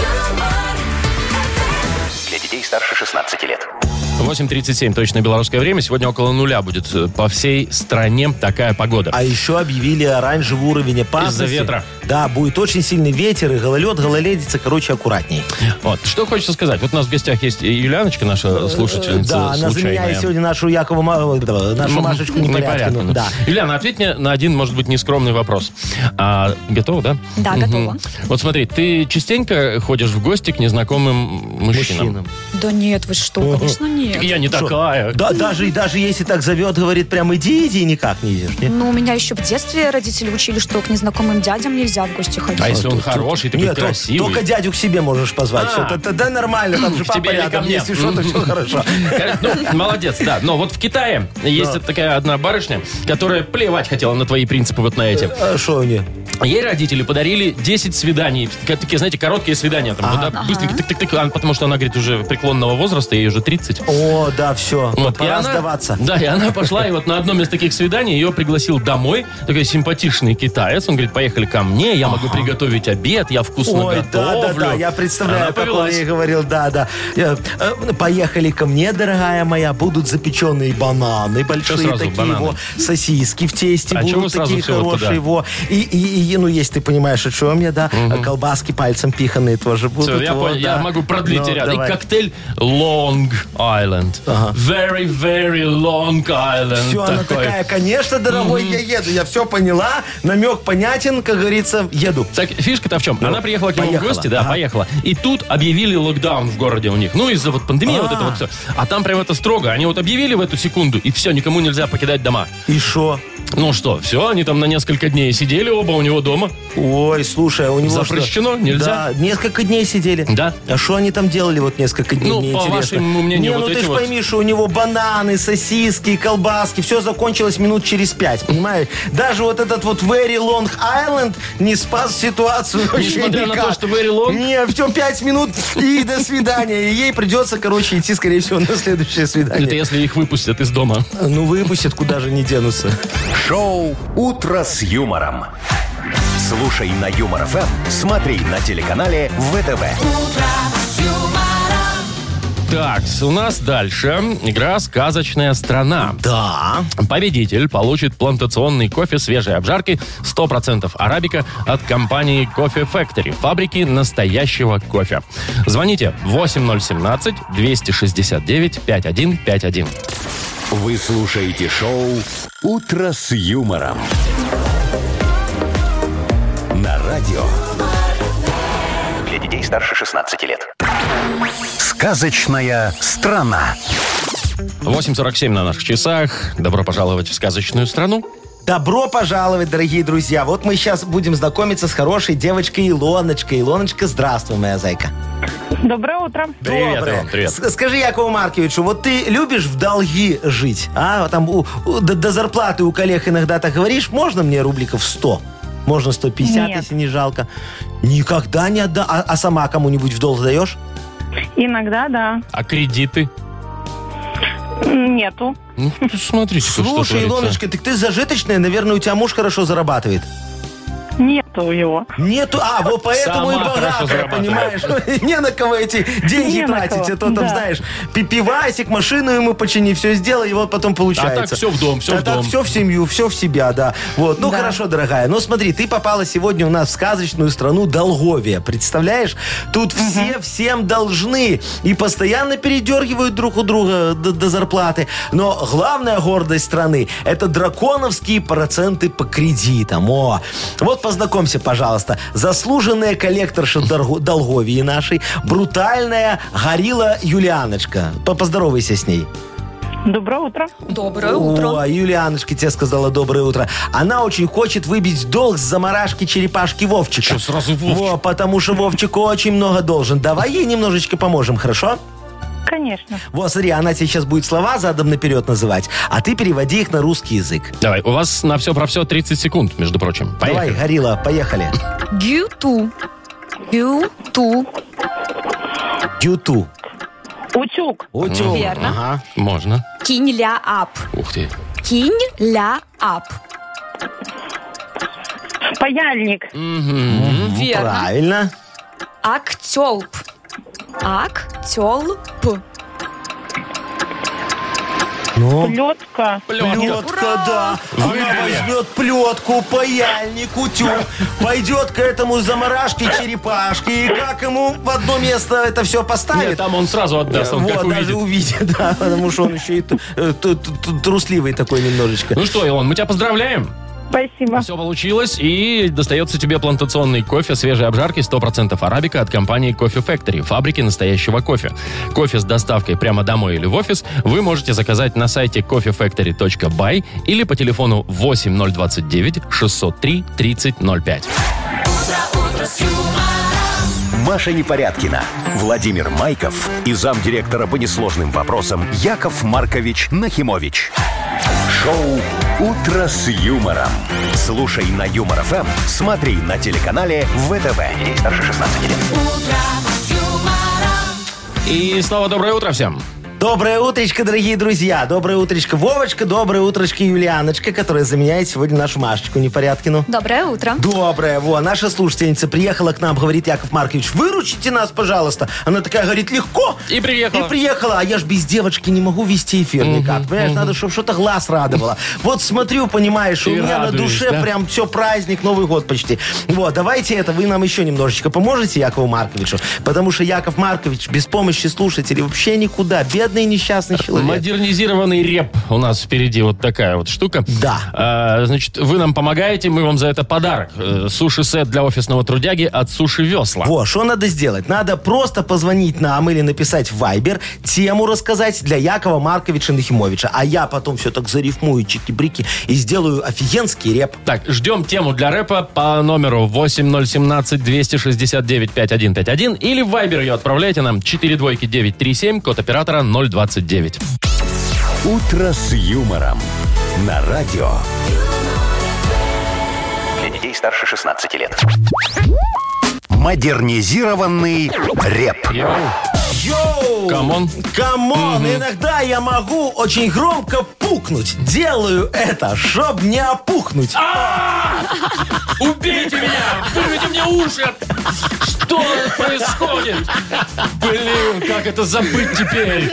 Для детей старше 16 лет. 8:37, точное белорусское время. Сегодня около нуля будет по всей стране такая погода. А еще объявили оранжевый уровень опасности. Из-за ветра. Да, будет очень сильный ветер и гололед, гололедица, короче, аккуратней. Вот. Что хочется сказать? Вот у нас в гостях есть Юлианочка, наша слушательница Да, она случайная. заменяет сегодня нашу нашу Машечку Непорядкину. Да. Юлиана, ответь мне на один, может быть, нескромный вопрос. Готова, да? Да, готова. Вот смотри, ты частенько ходишь в гости к незнакомым мужчинам? Да нет, вы что, конечно, нет. Я не такая. Да, даже если так зовет, говорит, прям иди, никак не идешь. Ну, у меня еще в детстве родители учили, что к незнакомым дядям нельзя в гости ходить. А если он хороший, такой Нет, красивый? только дядю к себе можешь позвать. Все, тогда нормально, там же К папа тебе или ко рядом, мне? если что-то все хорошо. Ну, молодец, да. Но вот в Китае есть такая одна барышня, которая плевать хотела на твои принципы вот на эти. Что у нее? Ей родители подарили 10 свиданий. Такие, знаете, короткие свидания. Там, быстренько, тык-тык-тык. Потому что она, говорит, уже преклонного возраста, ей уже 30. О, да, все, Вот, пора сдаваться. Да, и она пошла, и вот на одном из таких свиданий ее пригласил домой такой симпатичный китаец. Он говорит, поехали ко мне, я могу приготовить обед, я вкусно Ой, готовлю. да, я представляю, Она как он повелась. ей говорил, да. Поехали ко мне, дорогая моя, будут запеченные бананы, большие сразу такие, бананы? сосиски в тесте А чего будут сразу такие всё вот хорошие, туда? И, ну, есть, ты понимаешь, о чем я, да, колбаски пальцем пиханные тоже будут. Все, я понял, я могу продлить ряд. И коктейль Long Island. Very, very Long Island. Все, она такой. такая, конечно, дорогой, я еду, я все поняла, намек понятен, как говорится, еду. Так, фишка-то в чем? Она приехала к нему в поехала, гости, да, ага. поехала. И тут объявили локдаун в городе у них. Ну, из-за вот пандемии вот это вот все. А там прям это строго. Они вот объявили в эту секунду, и все, никому нельзя покидать дома. И шо? Ну что, все, они там на несколько дней сидели оба у него дома. Ой, слушай, у него Запрещено? Нельзя? Да, несколько дней сидели. Да. А что они там делали вот несколько дней, Ну, мне по интересно. вашему мнению, Не, вот ну эти ты ж вот- пойми, что у него бананы, сосиски, колбаски, все закончилось минут через 5, понимаешь? Даже вот этот вот Very Long Island не спас ситуацию вообще Несмотря на никак. то, что very long? Не, все, 5 минут и до свидания. И ей придется, короче, идти, скорее всего, на следующее свидание. Это если их выпустят из дома. Ну, выпустят, куда же не денутся. Шоу «Утро с юмором». Слушай на Юмор ФМ, смотри на телеканале ВТВ. Так, у нас дальше игра «Сказочная страна». Да. Победитель получит плантационный кофе свежей обжарки 100% арабика от компании Coffee Factory, фабрики настоящего кофе. Звоните 8017-269-5151. Вы слушаете шоу «Утро с юмором». На радио. Для детей старше 16 лет. Сказочная страна. 8:47 на наших часах. Добро пожаловать в сказочную страну. Добро пожаловать, дорогие друзья. Вот мы сейчас будем знакомиться с хорошей девочкой Илоночкой. Илоночка, здравствуй, моя зайка. Доброе утро. Привет, Доброе. Илон, привет. Скажи, Якову Марковичу, вот ты любишь в долги жить? А? Там до зарплаты у коллег иногда так говоришь, можно мне рубликов 100? Можно 150, Нет. если не жалко. Никогда не отдам. А сама кому-нибудь в долг даешь? Иногда, да. А кредиты? Нету. Ну, смотрите, что Слушай, творится. Илоночка, так ты зажиточная, наверное, у тебя муж хорошо зарабатывает. Нету его. Нету, вот поэтому Сама и хорошо богатая, зарабатывает. понимаешь? Не на кого эти деньги Не на тратить. кого, А то там, да. знаешь, пивасик, машину ему почини, все сделай, и вот потом получается. А так всё в дом, всё в дом. все в семью, все в себя, да. Вот, ну Да. хорошо, дорогая. Ну смотри, ты попала сегодня у нас в сказочную страну Долговия. Представляешь? Тут все всем должны и постоянно передергивают друг у друга до зарплаты. Но главная гордость страны – это драконовские проценты по кредитам. О, вот познакомься, пожалуйста. Заслуженная коллекторша Долговии нашей, брутальная горилла Юлианочка. Поздоровайся с ней. Доброе утро. Доброе утро. О, Юлианочка тебе сказала доброе утро. Она очень хочет выбить долг с заморашки черепашки Вовчика. Чё сразу Вовчик? Во, потому что Вовчик очень много должен. Давай ей немножечко поможем, хорошо? Конечно. Вот, смотри, она тебе сейчас будет слова задом наперед называть, а ты переводи их на русский язык. Давай, у вас на все про все 30 секунд, между прочим. Поехали. Давай, горилла, поехали. Гюту. Гюту. Юту. Утюг. Утюг. Верно. Ага. Можно. Кинь-ля-ап. Ух ты. Кинь-ля-ап. Паяльник. Верно. Правильно. Актёлп. Актёлп. Ну, Плетка. Плетка, да. Она Выбрали. возьмет плетку, паяльник, утюг, пойдет к этому заморашке черепашке, и как ему в одно место это все поставит. Нет, там он сразу отдаст, он как Вот, даже увидит. увидит, да, потому что он еще и трусливый такой немножечко. Ну что, Илон, мы тебя поздравляем. Спасибо. Все получилось, и достается тебе плантационный кофе свежей обжарки 100% арабика от компании Coffee Factory, фабрики настоящего кофе. Кофе с доставкой прямо домой или в офис вы можете заказать на сайте coffeefactory.by или по телефону 8029 603 3005. Маша Непорядкина, Владимир Майков и замдиректора по несложным вопросам Яков Маркович Нахимович. Шоу «Утро с юмором». Слушай на Юмор ФМ, смотри на телеканале ВТВ. Ей старше 16 лет. И снова доброе утро всем. Доброе утречко, дорогие друзья. Доброе утречко, Вовочка. Доброе утречко, Юлианочка, которая заменяет сегодня нашу Машечку Непорядкину. Доброе утро. Доброе. Наша слушательница приехала к нам, говорит: Яков Маркович, выручите нас, пожалуйста. Она такая говорит: легко. И приехала. И приехала. А я ж без девочки не могу вести эфир никак. Понимаешь, надо, чтобы что-то глаз радовало. Вот смотрю, понимаешь, у И меня на радуешь, душе да? прям все праздник, Новый год почти. Вот, давайте вы нам еще немножечко поможете Якову Марковичу. Потому что Яков Маркович без помощи слушателей вообще никуда. Бедный несчастный человек. Модернизированный реп у нас впереди, вот такая вот штука. Да. Значит, вы нам помогаете, мы вам за это подарок. Суши-сет для офисного трудяги от Суши Весла. Что надо сделать? Надо просто позвонить нам или написать в Viber, тему рассказать для Якова Марковича Нахимовича. А я потом все так зарифмую чики-брики и сделаю офигенский реп. Так, ждем тему для рэпа по номеру 8017-269-5151 или в Viber ее отправляйте нам 42937, код оператора 029. «Утро с юмором» на радио. Для детей старше 16 лет. Модернизированный реп. Йоу. Йоу! Камон. Камон! Иногда я могу очень громко пукнуть. Делаю это, чтоб не опухнуть. Убейте меня! Вырвите мне уши! Что происходит? Блин, как это забыть теперь?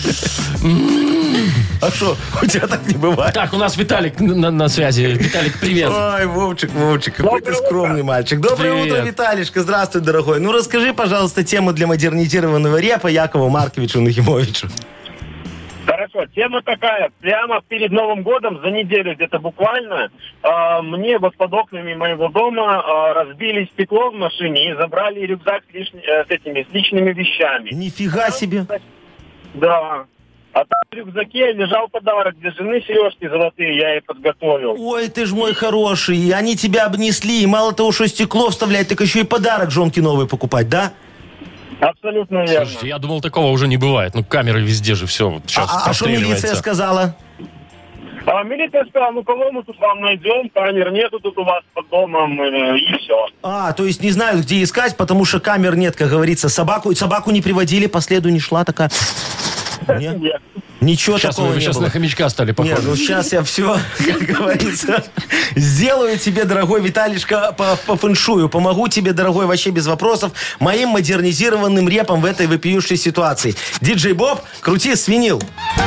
А что, у тебя так не бывает? Так, у нас Виталик на связи. Виталик, привет. Ой, Вовчик, какой ты скромный мальчик. Доброе Привет. утро, Виталишка. Здравствуй, дорогой. Ну, расскажи, пожалуйста, тему для модернизированного репа Якову Марковичу Нахимовичу. Хорошо, тема такая. Прямо перед Новым годом, за неделю где-то буквально, мне вот под окнами моего дома разбили стекло в машине и забрали рюкзак с личными вещами. Нифига себе. Да. А там в рюкзаке лежал подарок для жены, сережки золотые, я ей подготовил. Ой, ты ж мой хороший. И они тебя обнесли. И мало того, что стекло вставлять, так еще и подарок женке новый покупать, да? Абсолютно верно. Слушайте, я думал, такого уже не бывает. Ну, камеры везде же все вот сейчас А что милиция сказала? Милиция сказала: кого мы тут вам найдем, камер нету тут у вас под домом, и все. То есть не знают, где искать, потому что камер нет, как говорится. Собаку не приводили, по следу не шла такая. Нет? Нет. Ничего Сейчас такого вы не сейчас было. на хомячка стали Нет, похожи. ну сейчас я все, как говорится, сделаю тебе, дорогой Виталишка, по фэншую. Помогу тебе, дорогой, вообще без вопросов, моим модернизированным репом в этой вопиющей ситуации. Диджей Боб, крути свинил.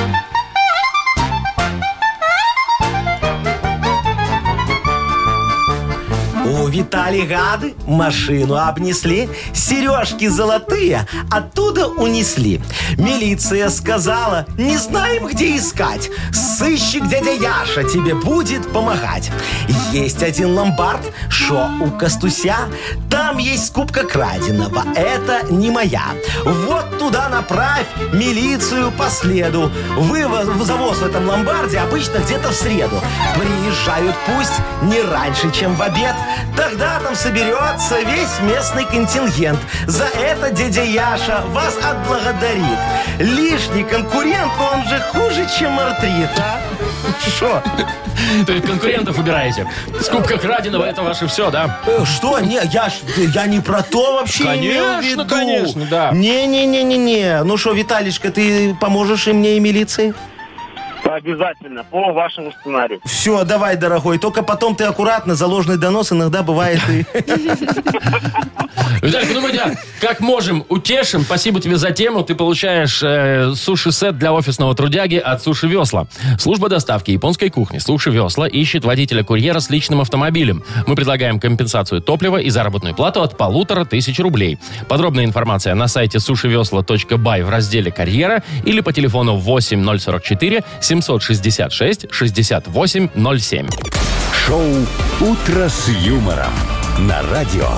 У Виталий гады машину обнесли, сережки золотые оттуда унесли. Милиция сказала: не знаем, где искать. Сыщик дядя Яша тебе будет помогать. Есть один ломбард, шо у Костуся. Там есть скупка краденого, это не моя. Вот туда направь милицию по следу. Завоз в этом ломбарде обычно где-то в среду. Приезжают пусть не раньше, чем в обед. Тогда там соберется весь местный контингент. За это дядя Яша вас отблагодарит. Лишний конкурент, но он же хуже, чем артрит, а? Шо? То есть конкурентов убираете. Скупка краденого, это ваше все, да? Что? Не, я не про то вообще имел в виду. Конечно, да. Не. Ну что, Виталишка, ты поможешь и мне, и милиции? Обязательно, по вашему сценарию. Все, давай, дорогой. Только потом ты аккуратно, за ложный донос иногда бывает и... Виталик, ну мы тебя как можем утешим. Спасибо тебе за тему. Ты получаешь суши-сет для офисного трудяги от Суши Весла. Служба доставки японской кухни Суши Весла ищет водителя-курьера с личным автомобилем. Мы предлагаем компенсацию топлива и заработную плату от 1500 рублей. Подробная информация на сайте sushivesla.by в разделе «Карьера» или по телефону 8044 766 6807. Шоу «Утро с юмором» на радио.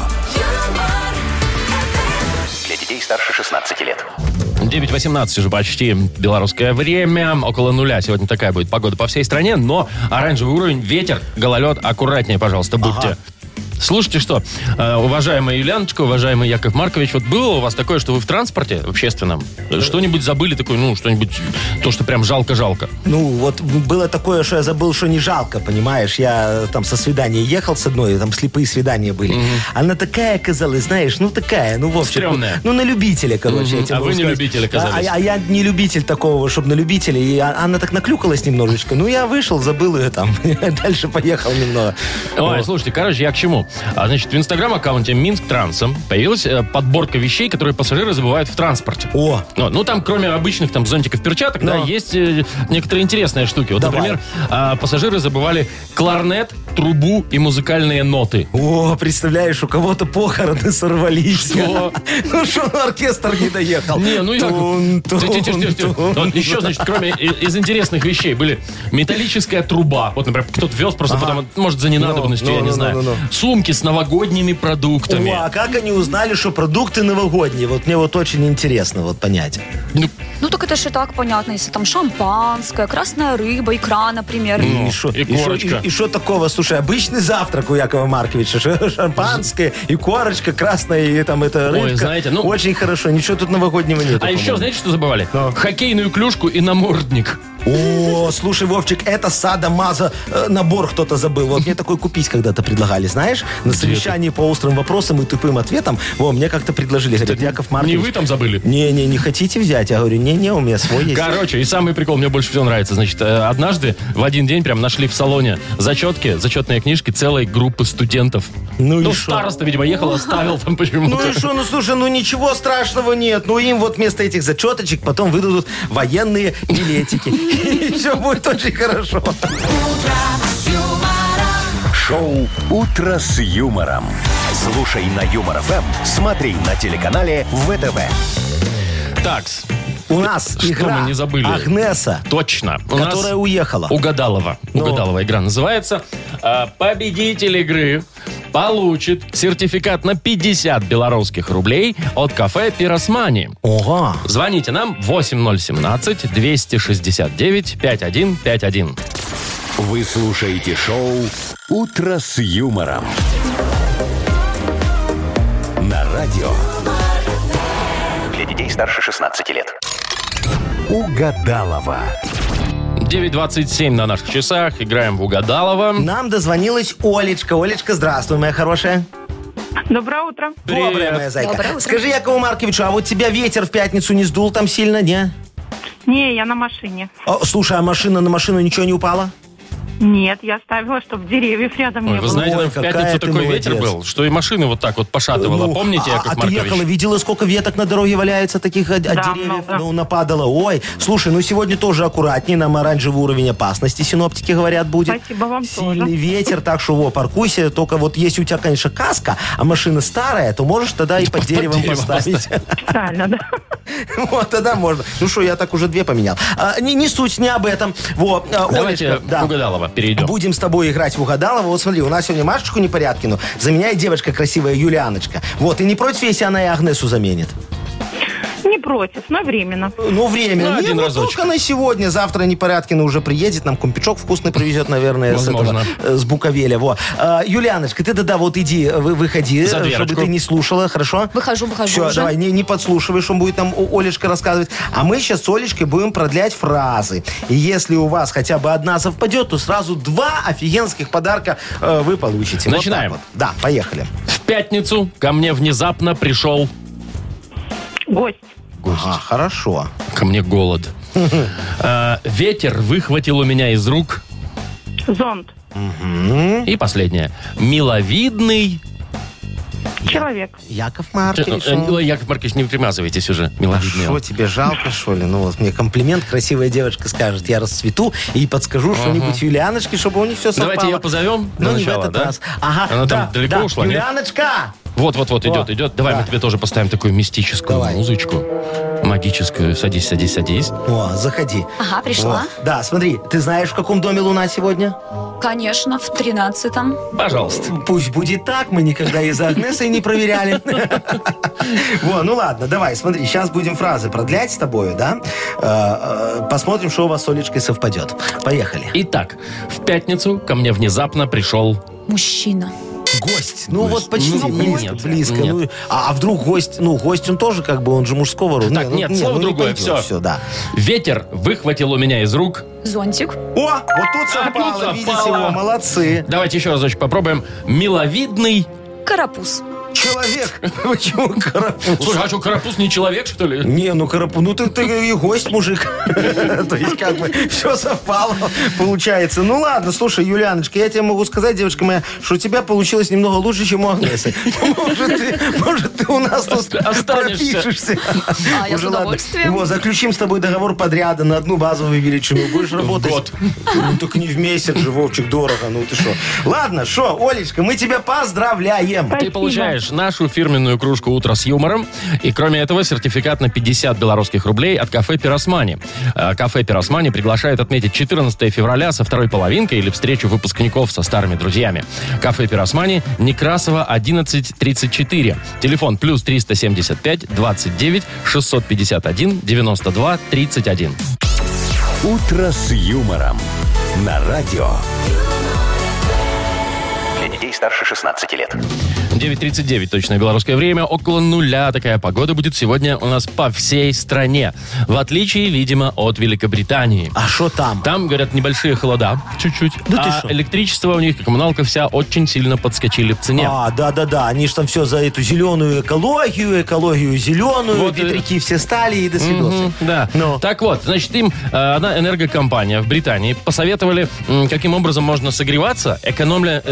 Для детей старше 16 лет. 9:18 уже почти белорусское время. Около нуля сегодня такая будет погода по всей стране, но оранжевый уровень, ветер, гололед. Аккуратнее, пожалуйста, будьте. Ага. Слушайте, что, уважаемая Юлианочка, уважаемый Яков Маркович, вот было у вас такое, что вы в транспорте общественном что-нибудь забыли такое, ну, что-нибудь, то, что прям жалко-жалко? Ну, вот было такое, что я забыл, что не жалко, понимаешь? Я там со свидания ехал с одной, там слепые свидания были. Она такая оказалась, знаешь, ну такая, ну, Вовчик. Стрёмная. Ну, на любителя, короче. я тебе А могу вы не сказать. любитель оказались. А я не любитель такого, чтобы на любителя. И она так наклюкалась немножечко. Ну, я вышел, забыл ее там. Дальше поехал немного. Ой, слушайте, короче, я к чему? Значит, в инстаграм-аккаунте Минск Транса появилась подборка вещей, которые пассажиры забывают в транспорте. О! Ну, там, кроме обычных там зонтиков, перчаток, да, есть некоторые интересные штуки. Вот, Давай. например, пассажиры забывали кларнет, трубу и музыкальные ноты. О, представляешь, у кого-то похороны сорвались. Что? Ну что, оркестр не доехал. Не, ну я... Вот еще, значит, кроме из интересных вещей были металлическая труба. Вот, например, кто-то вез просто потом, может, за ненадобностью, я не знаю. Сумки с новогодними продуктами. О, а как они узнали, что продукты новогодние? Вот мне вот очень интересно вот понять. Ну, так это же так понятно, если там шампанское, красная рыба, икра, например. И корочка. И что такого? Слушай, обычный завтрак у Якова Марковича. Шампанское, и корочка красная, и там это рыбка. Ой, знаете, ну... Очень хорошо, ничего тут новогоднего нет. А еще, знаете, что забывали? Хоккейную клюшку и намордник. О, слушай, Вовчик, это садо-мазо набор кто-то забыл. Вот мне такой купить когда-то предлагали, знаешь? На совещании по острым вопросам и тупым ответам. Во, мне как-то предложили. Говорят, Яков Маркович... Не вы там забыли? Не хотите взять? Я говорю, не, у меня свой есть. Короче, и самый прикол, мне больше всего нравится. Значит, однажды в один день прям нашли в салоне зачетные книжки целой группы студентов. Ну и шо? Староста, видимо, ехал, оставил там почему-то. Ну и что, ну слушай, ну ничего страшного нет. Ну им вот вместо этих зачеточек потом выдадут военные билетики. И все будет очень хорошо. Шоу «Утро с юмором». Слушай на Юмор ФМ, смотри на телеканале ВТВ. Такс. У нас Что игра мы не забыли? Агнеса, Точно. У которая нас уехала. Угадалова. Ну. Угадалова игра называется. Победитель игры получит сертификат на 50 белорусских рублей от кафе «Пиросмани». Ого. Звоните нам 8017-269-5151. Вы слушаете шоу «Утро с юмором». На радио. Для детей старше 16 лет. Угадалова. 9:27 на наших часах. Играем в Угадалова. Нам дозвонилась Олечка. Олечка, здравствуй, моя хорошая. Доброе утро. Доброе, моя зайка. Доброе утро. Скажи, Якову Марковичу, а вот тебя ветер в пятницу не сдул там сильно, не? Не, я на машине. Слушай, а на машину ничего не упало? Нет, я ставила, чтобы деревьев рядом Ой, не вы было. знаете, Ой, там в какая пятницу ты такой ветер молодец. был, что и машины вот так вот пошатывало. Ну, Помните, Яков ты Маркович? ехала, видела, сколько веток на дороге валяется таких от деревьев? много. Ну, нападало. Ой, слушай, ну сегодня тоже аккуратней. Нам оранжевый уровень опасности, синоптики говорят, будет. Спасибо вам Сильный тоже. ветер, так что, паркуйся. Только вот если у тебя, конечно, каска, а машина старая, то можешь тогда и под деревом деревом поставить. Правильно, да. Вот, тогда можно. Ну что, я так уже 2 поменял. Не суть, не об этом. Вот, Давайте Олечка, да. в Угадалова перейдем. Будем с тобой играть в Угадалова. Вот смотри, у нас сегодня Машечку Непорядкину заменяет девочка красивая Юлианочка. Вот, и не против, если она и Агнесу заменит? Не против, но временно. Ну, временно. Ну, один вот разочек. только на сегодня. Завтра Непорядкина уже приедет, нам компячок вкусный привезет, наверное, Возможно. с Буковеля. Во. Юлианочка, ты тогда вот иди, выходи, За дверочку. чтобы ты не слушала, хорошо? Выхожу Все, уже. давай, не подслушивай, что будет нам Олечка рассказывать. А мы сейчас с Олечкой будем продлять фразы. И если у вас хотя бы одна совпадет, то сразу 2 офигенских подарка вы получите. Вот Начинаем. так вот. Да, поехали. В пятницу ко мне внезапно пришел Гость. гость. Ага, хорошо. Ко мне голод. Ветер выхватил у меня из рук. Зонт. И последнее. Миловидный. Человек. Яков Маркович. Яков Маркович, не примазывайтесь уже. Миловидный. Что, тебе жалко, что ли? Ну вот мне комплимент, красивая девочка скажет, я расцвету и подскажу что-нибудь Юлианочке, чтобы у них все совпало. Давайте ее позовем Ну, для не в начала, этот да? раз. Ага, Она там далеко ушла, нет? Юлианочка! Вот, идет. Давай мы тебе тоже поставим такую мистическую Давай. музычку. Магическую. Садись. О, заходи. Ага, пришла. Вот. Да, смотри, ты знаешь, в каком доме Луна сегодня? Конечно, в 13-м. Пожалуйста. Пусть будет так, мы никогда из-за Агнесы не проверяли. Во, ну ладно, давай, смотри, сейчас будем фразы продлять с тобою, да? Посмотрим, что у вас с Олечкой совпадет. Поехали. Итак, в пятницу ко мне внезапно пришел... Мужчина. Гость. Ну вот почти Ну, близко. нет. Ну, а вдруг гость, гость он тоже как бы, он же мужского рода. Так, нет, слово другое, все. Да. Ветер выхватил у меня из рук... Зонтик. О, вот тут совпало, видите его, молодцы. Давайте еще разочек попробуем. Миловидный... Карапуз. Человек. Почему карапуз? Слушай, а что, карапуз не человек, что ли? Не, ну карапуз, ну ты и гость, мужик. То есть как бы все совпало, получается. Ну ладно, слушай, Юлианочка, я тебе могу сказать, девочка моя, что у тебя получилось немного лучше, чем у Агнесы. Может, ты у нас тут Останешься. пропишешься. А, я с Уже ладно. удовольствием. Вот, заключим с тобой договор подряда на одну базовую величину. Будешь работать. год. Ну, только не в месяц же, Вовчик, дорого. Ну ты что. Ладно, что, Олечка, мы тебя поздравляем. Ты получаешь нашу фирменную кружку «Утро с юмором». И кроме этого, сертификат на 50 белорусских рублей от кафе «Пиросмани». Кафе «Пиросмани» приглашает отметить 14 февраля со второй половинкой или встречу выпускников со старыми друзьями. Кафе «Пиросмани», Некрасова, 1134. Телефон плюс 375 29 651 92 31. «Утро с юмором» на радио. Для детей старше 16 лет. 9:39 точное белорусское время. Около нуля такая погода будет сегодня у нас по всей стране. В отличие, видимо, от Великобритании. А что там? Там, говорят, небольшие холода, чуть-чуть. Да ты а шо? электричество у них, и коммуналка вся очень сильно подскочили в цене. Да. Они же там все за эту зеленую экологию зеленую, Вот, ветряки все стали и до свидос. Да. Ну. Так вот, значит, им одна энергокомпания в Британии посоветовали, каким образом можно согреваться, экономля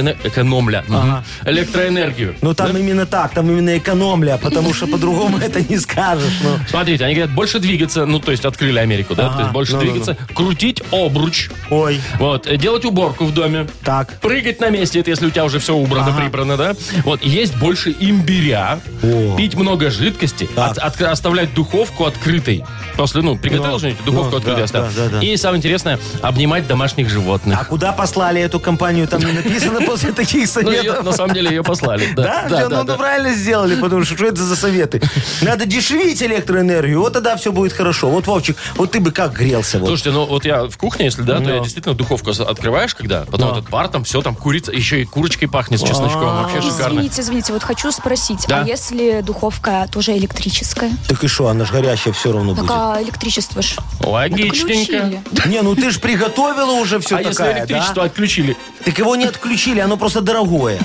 электроэнергию. Ну там именно так, там именно экономля, потому что по-другому это не скажешь. Ну. Смотрите, они говорят, больше двигаться, ну, то есть открыли Америку, да, то есть больше двигаться, крутить обруч, Ой, вот, делать уборку в доме, так. прыгать на месте, это если у тебя уже все убрано, прибрано, да, вот, есть больше имбиря, О. пить много жидкости, Так. оставлять духовку открытой, после, приготовил что-нибудь, духовку открытой да, оставил. да. И самое интересное, обнимать домашних животных. А куда послали эту компанию, там не написано после таких Ну, советов. на самом деле ее послали. Да? Ну, правильно сделали, потому что это за советы? Надо дешевить электроэнергию, вот тогда все будет хорошо. Вот, Вовчик, вот ты бы как грелся? Вот. Слушайте, ну вот я в кухне, если да, то я действительно духовку открываешь, когда, потом этот пар, там все, там курица, еще и курочкой пахнет с чесночком, вообще шикарно. Извините, вот хочу спросить, Да. а если духовка тоже электрическая? Так и что, она же горящая все равно Так будет. а электричество ж Логичненько. отключили. Не, ну ты ж приготовила уже все А если такая, электричество да? отключили? Так его не отключили, оно просто дорогое.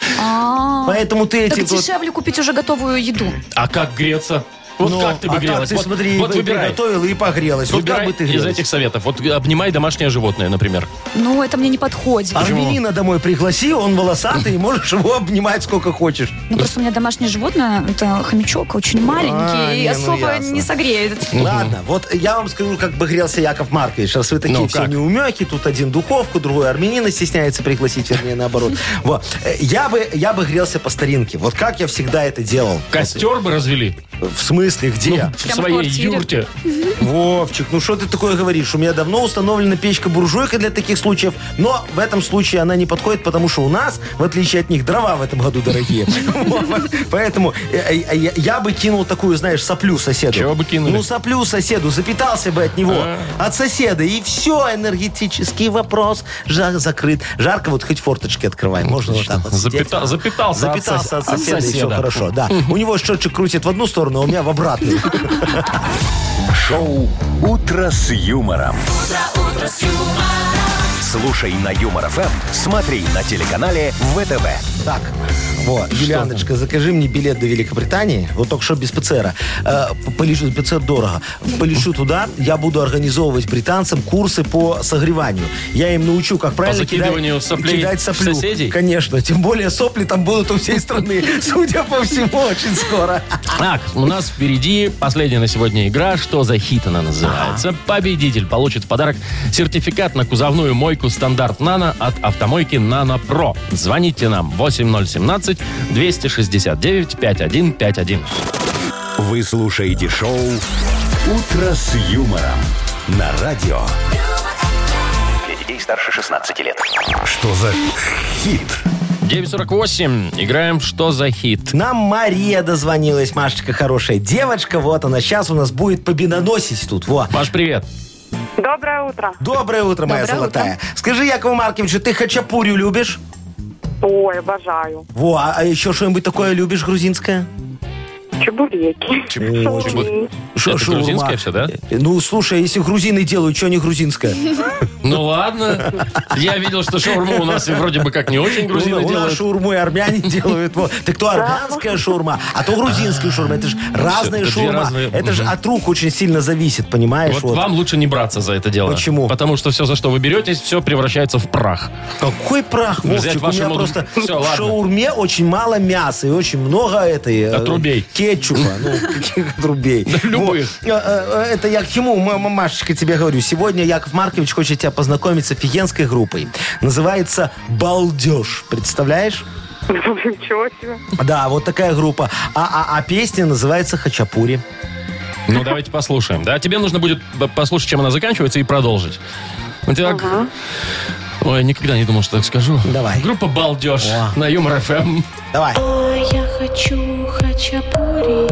Поэтому ты Так эти... вот- дешевле купить уже готовую еду. А как греться? Вот Ну, как ты бы а грелась? как ты, Вот- смотри, вот выбирай. приготовила и погрелась. Вот как Выбирай бы ты из грелась? этих советов. Вот обнимай домашнее животное, например. Ну, это мне не подходит. Армянина домой пригласи, он волосатый, и можешь его обнимать сколько хочешь. Ну, просто у меня домашнее животное, это хомячок, очень маленький, и не, ну, особо ясно. не согреет. Ладно, вот я вам скажу, как бы грелся Яков Маркович. Раз вы такие Ну, все как? неумехи, тут один духовку, другой армянина стесняется пригласить, вернее, наоборот. Вот. Я бы грелся по старинке. Вот как я всегда это делал. Костер бы развели. В смысле, где? В Прям в своей квартире? юрте. Вовчик, ну что ты такое говоришь? У меня давно установлена печка-буржуйка для таких случаев, но в этом случае она не подходит, потому что у нас, в отличие от них, дрова в этом году дорогие. Вот. Поэтому я бы кинул такую, знаешь, соплю соседу. Чего бы кинули? Ну, соплю соседу, запитался бы от него, от соседа, и все, энергетический вопрос закрыт. Жарко, вот хоть форточки открывай, можно вот так вот сидеть. Запитался от Запитался от от соседа, и все соседа. хорошо, да. У него счетчик крутит в одну сторону, а у меня в обратную. Шоу «Утро с юмором». Слушай на Юмор ФМ, смотри на телеканале ВТВ. Так, вот, Юлианочка, закажи мне билет до Великобритании, вот только что без ПЦРа. Полечу, ПЦР дорого. Полечу туда, я буду организовывать британцам курсы по согреванию. Я им научу, как правильно закидыванию соплей кидать соплю. соседей? Конечно, тем более сопли там будут у всей страны, судя по всему, очень скоро. Так, у нас впереди последняя на сегодня игра. «Что за хит» она называется. Победитель получит в подарок сертификат на кузовную мойку «Стандарт Нано» от автомойки «Нано Про». Звоните нам 8017-269-5151. Вы слушаете шоу «Утро с юмором» на радио. Для детей старше 16 лет. Что за хит? 9:48. Играем «Что за хит?». Нам Мария дозвонилась, Машечка хорошая девочка. Вот она сейчас у нас будет победоносить тут. Во. Маш, привет. Доброе утро. Доброе утро, моя Доброе золотая. Скажи, Якову Марковичу, ты хачапурю любишь? Ой, обожаю. Во, а еще что-нибудь такое любишь грузинское? Чебуреки. Шаурмы. Это грузинское все, да? Ну, слушай, если грузины делают, что не грузинское? Ну ладно. Я видел, что шаурму у нас вроде бы как не очень грузины У нас делают. шаурму и армяне делают. Вот. Так то армянская шаурма, а то грузинская шаурма. Это же разная это две шаурма. разные. Это же от рук очень сильно зависит, понимаешь? Вот вам лучше не браться за это дело. Почему? Потому что все, за что вы беретесь, все превращается в прах. Какой прах, Взять Вовчик? У меня вашему- просто Всё, в ладно. шаурме очень мало мяса и очень много этой... Отрубей. Кетчупа. Ну, каких отрубей? любых. Вот. Это я к чему, Машечка, тебе говорю. Сегодня Яков Маркович хочет тебя познакомить с офигенской группой. Называется «Балдеж». Представляешь? Ничего себе. Да, вот такая группа. А песня называется «Хачапури». Ну, давайте послушаем. Да, тебе нужно будет послушать, чем она заканчивается, и продолжить. Вот я так... Ой, никогда не думал, что так скажу. Давай. Группа «Балдеж» на Юмор ФМ. Давай. Я хочу хачапури,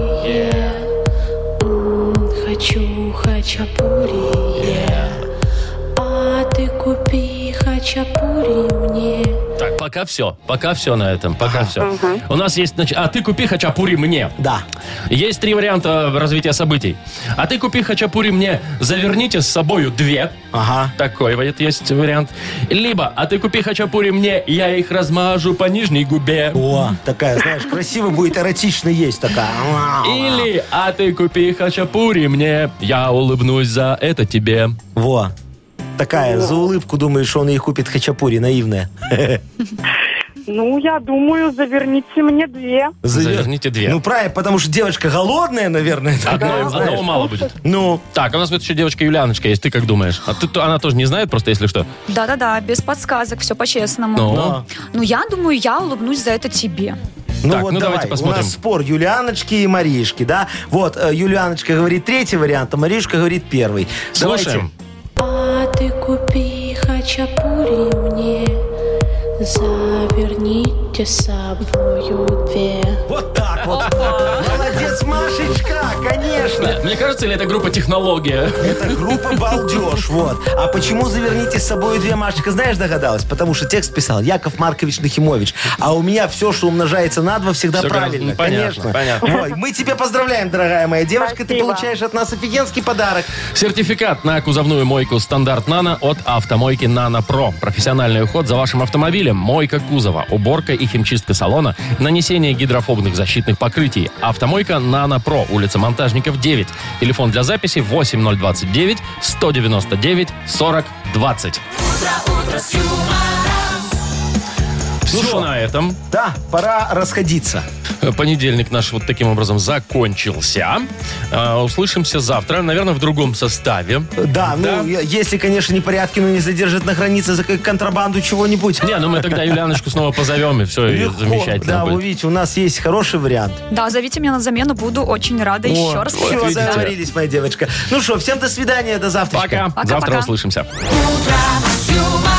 хочу хачапури, а ты купи хачапури мне. Так, пока все на этом, пока все. У нас есть, значит, а ты купи хачапури мне. Да. Есть 3 варианта развития событий. А ты купи хачапури мне, заверните с собою 2. Ага. Такой вот есть вариант. Либо, а ты купи хачапури мне, я их размажу по нижней губе. О, такая, знаешь, красиво будет, эротично есть такая. Или, а ты купи хачапури мне, я улыбнусь за это тебе. Во. Такая, за улыбку думаешь, он ей купит хачапури, наивная. Ну, я думаю, заверните мне 2. Заверните 2. Ну, правильно, потому что девочка голодная, наверное. такая, знаешь. Одного мало будет. Ну, Так, у нас вот еще девочка Юлианочка есть, ты как думаешь? Она тоже не знает, просто если что. Да-да-да, без подсказок, все по-честному. Ну. Ну, я думаю, я улыбнусь за это тебе. ну Так, вот ну давай. давайте посмотрим. У нас спор Юлианочки и Маришки, да? Вот, Юлианочка говорит 3-й вариант, а Маришка говорит 1-й. Слушаем. А ты купи хачапури мне, заверните с собою 2. Вот так вот. Молодец, Машечка, конечно. Мне кажется, или это группа «Технология»? Это группа «Балдеж», вот. А почему заверните с собой 2, Машечка, знаешь, догадалась? Потому что текст писал Яков Маркович Нахимович. А у меня все, что умножается на 2, всегда Всё правильно. понятно, Конечно. понятно. Ой, мы тебя поздравляем, дорогая моя девочка. Ты Спасибо. получаешь от нас офигенский подарок. Сертификат на кузовную мойку «Стандарт Нано» от автомойки «Нано Про». Профессиональный уход за вашим автомобилем, мойка кузова, уборка и химчистка салона, нанесение гидрофобных защитных покрытий. Автомойка «Нано Про», улица Монтажников, 9. Телефон для записи 8029 199 40 20. Все на этом. Да, пора расходиться. Понедельник наш вот таким образом закончился. Услышимся завтра, наверное, в другом составе. Да, ну, если, конечно, Непорядкину не задержат на границе за контрабанду чего-нибудь. Не, ну мы тогда Юлианочку снова позовем, и все, и Легко. замечательно Да, будет. вы видите, у нас есть хороший вариант. Да, зовите меня на замену, буду очень рада еще раз. Все, видите. договорились, моя девочка. Ну что, всем до свидания, до завтра. Пока. Пока-пока. Завтра услышимся. Утро с юмором.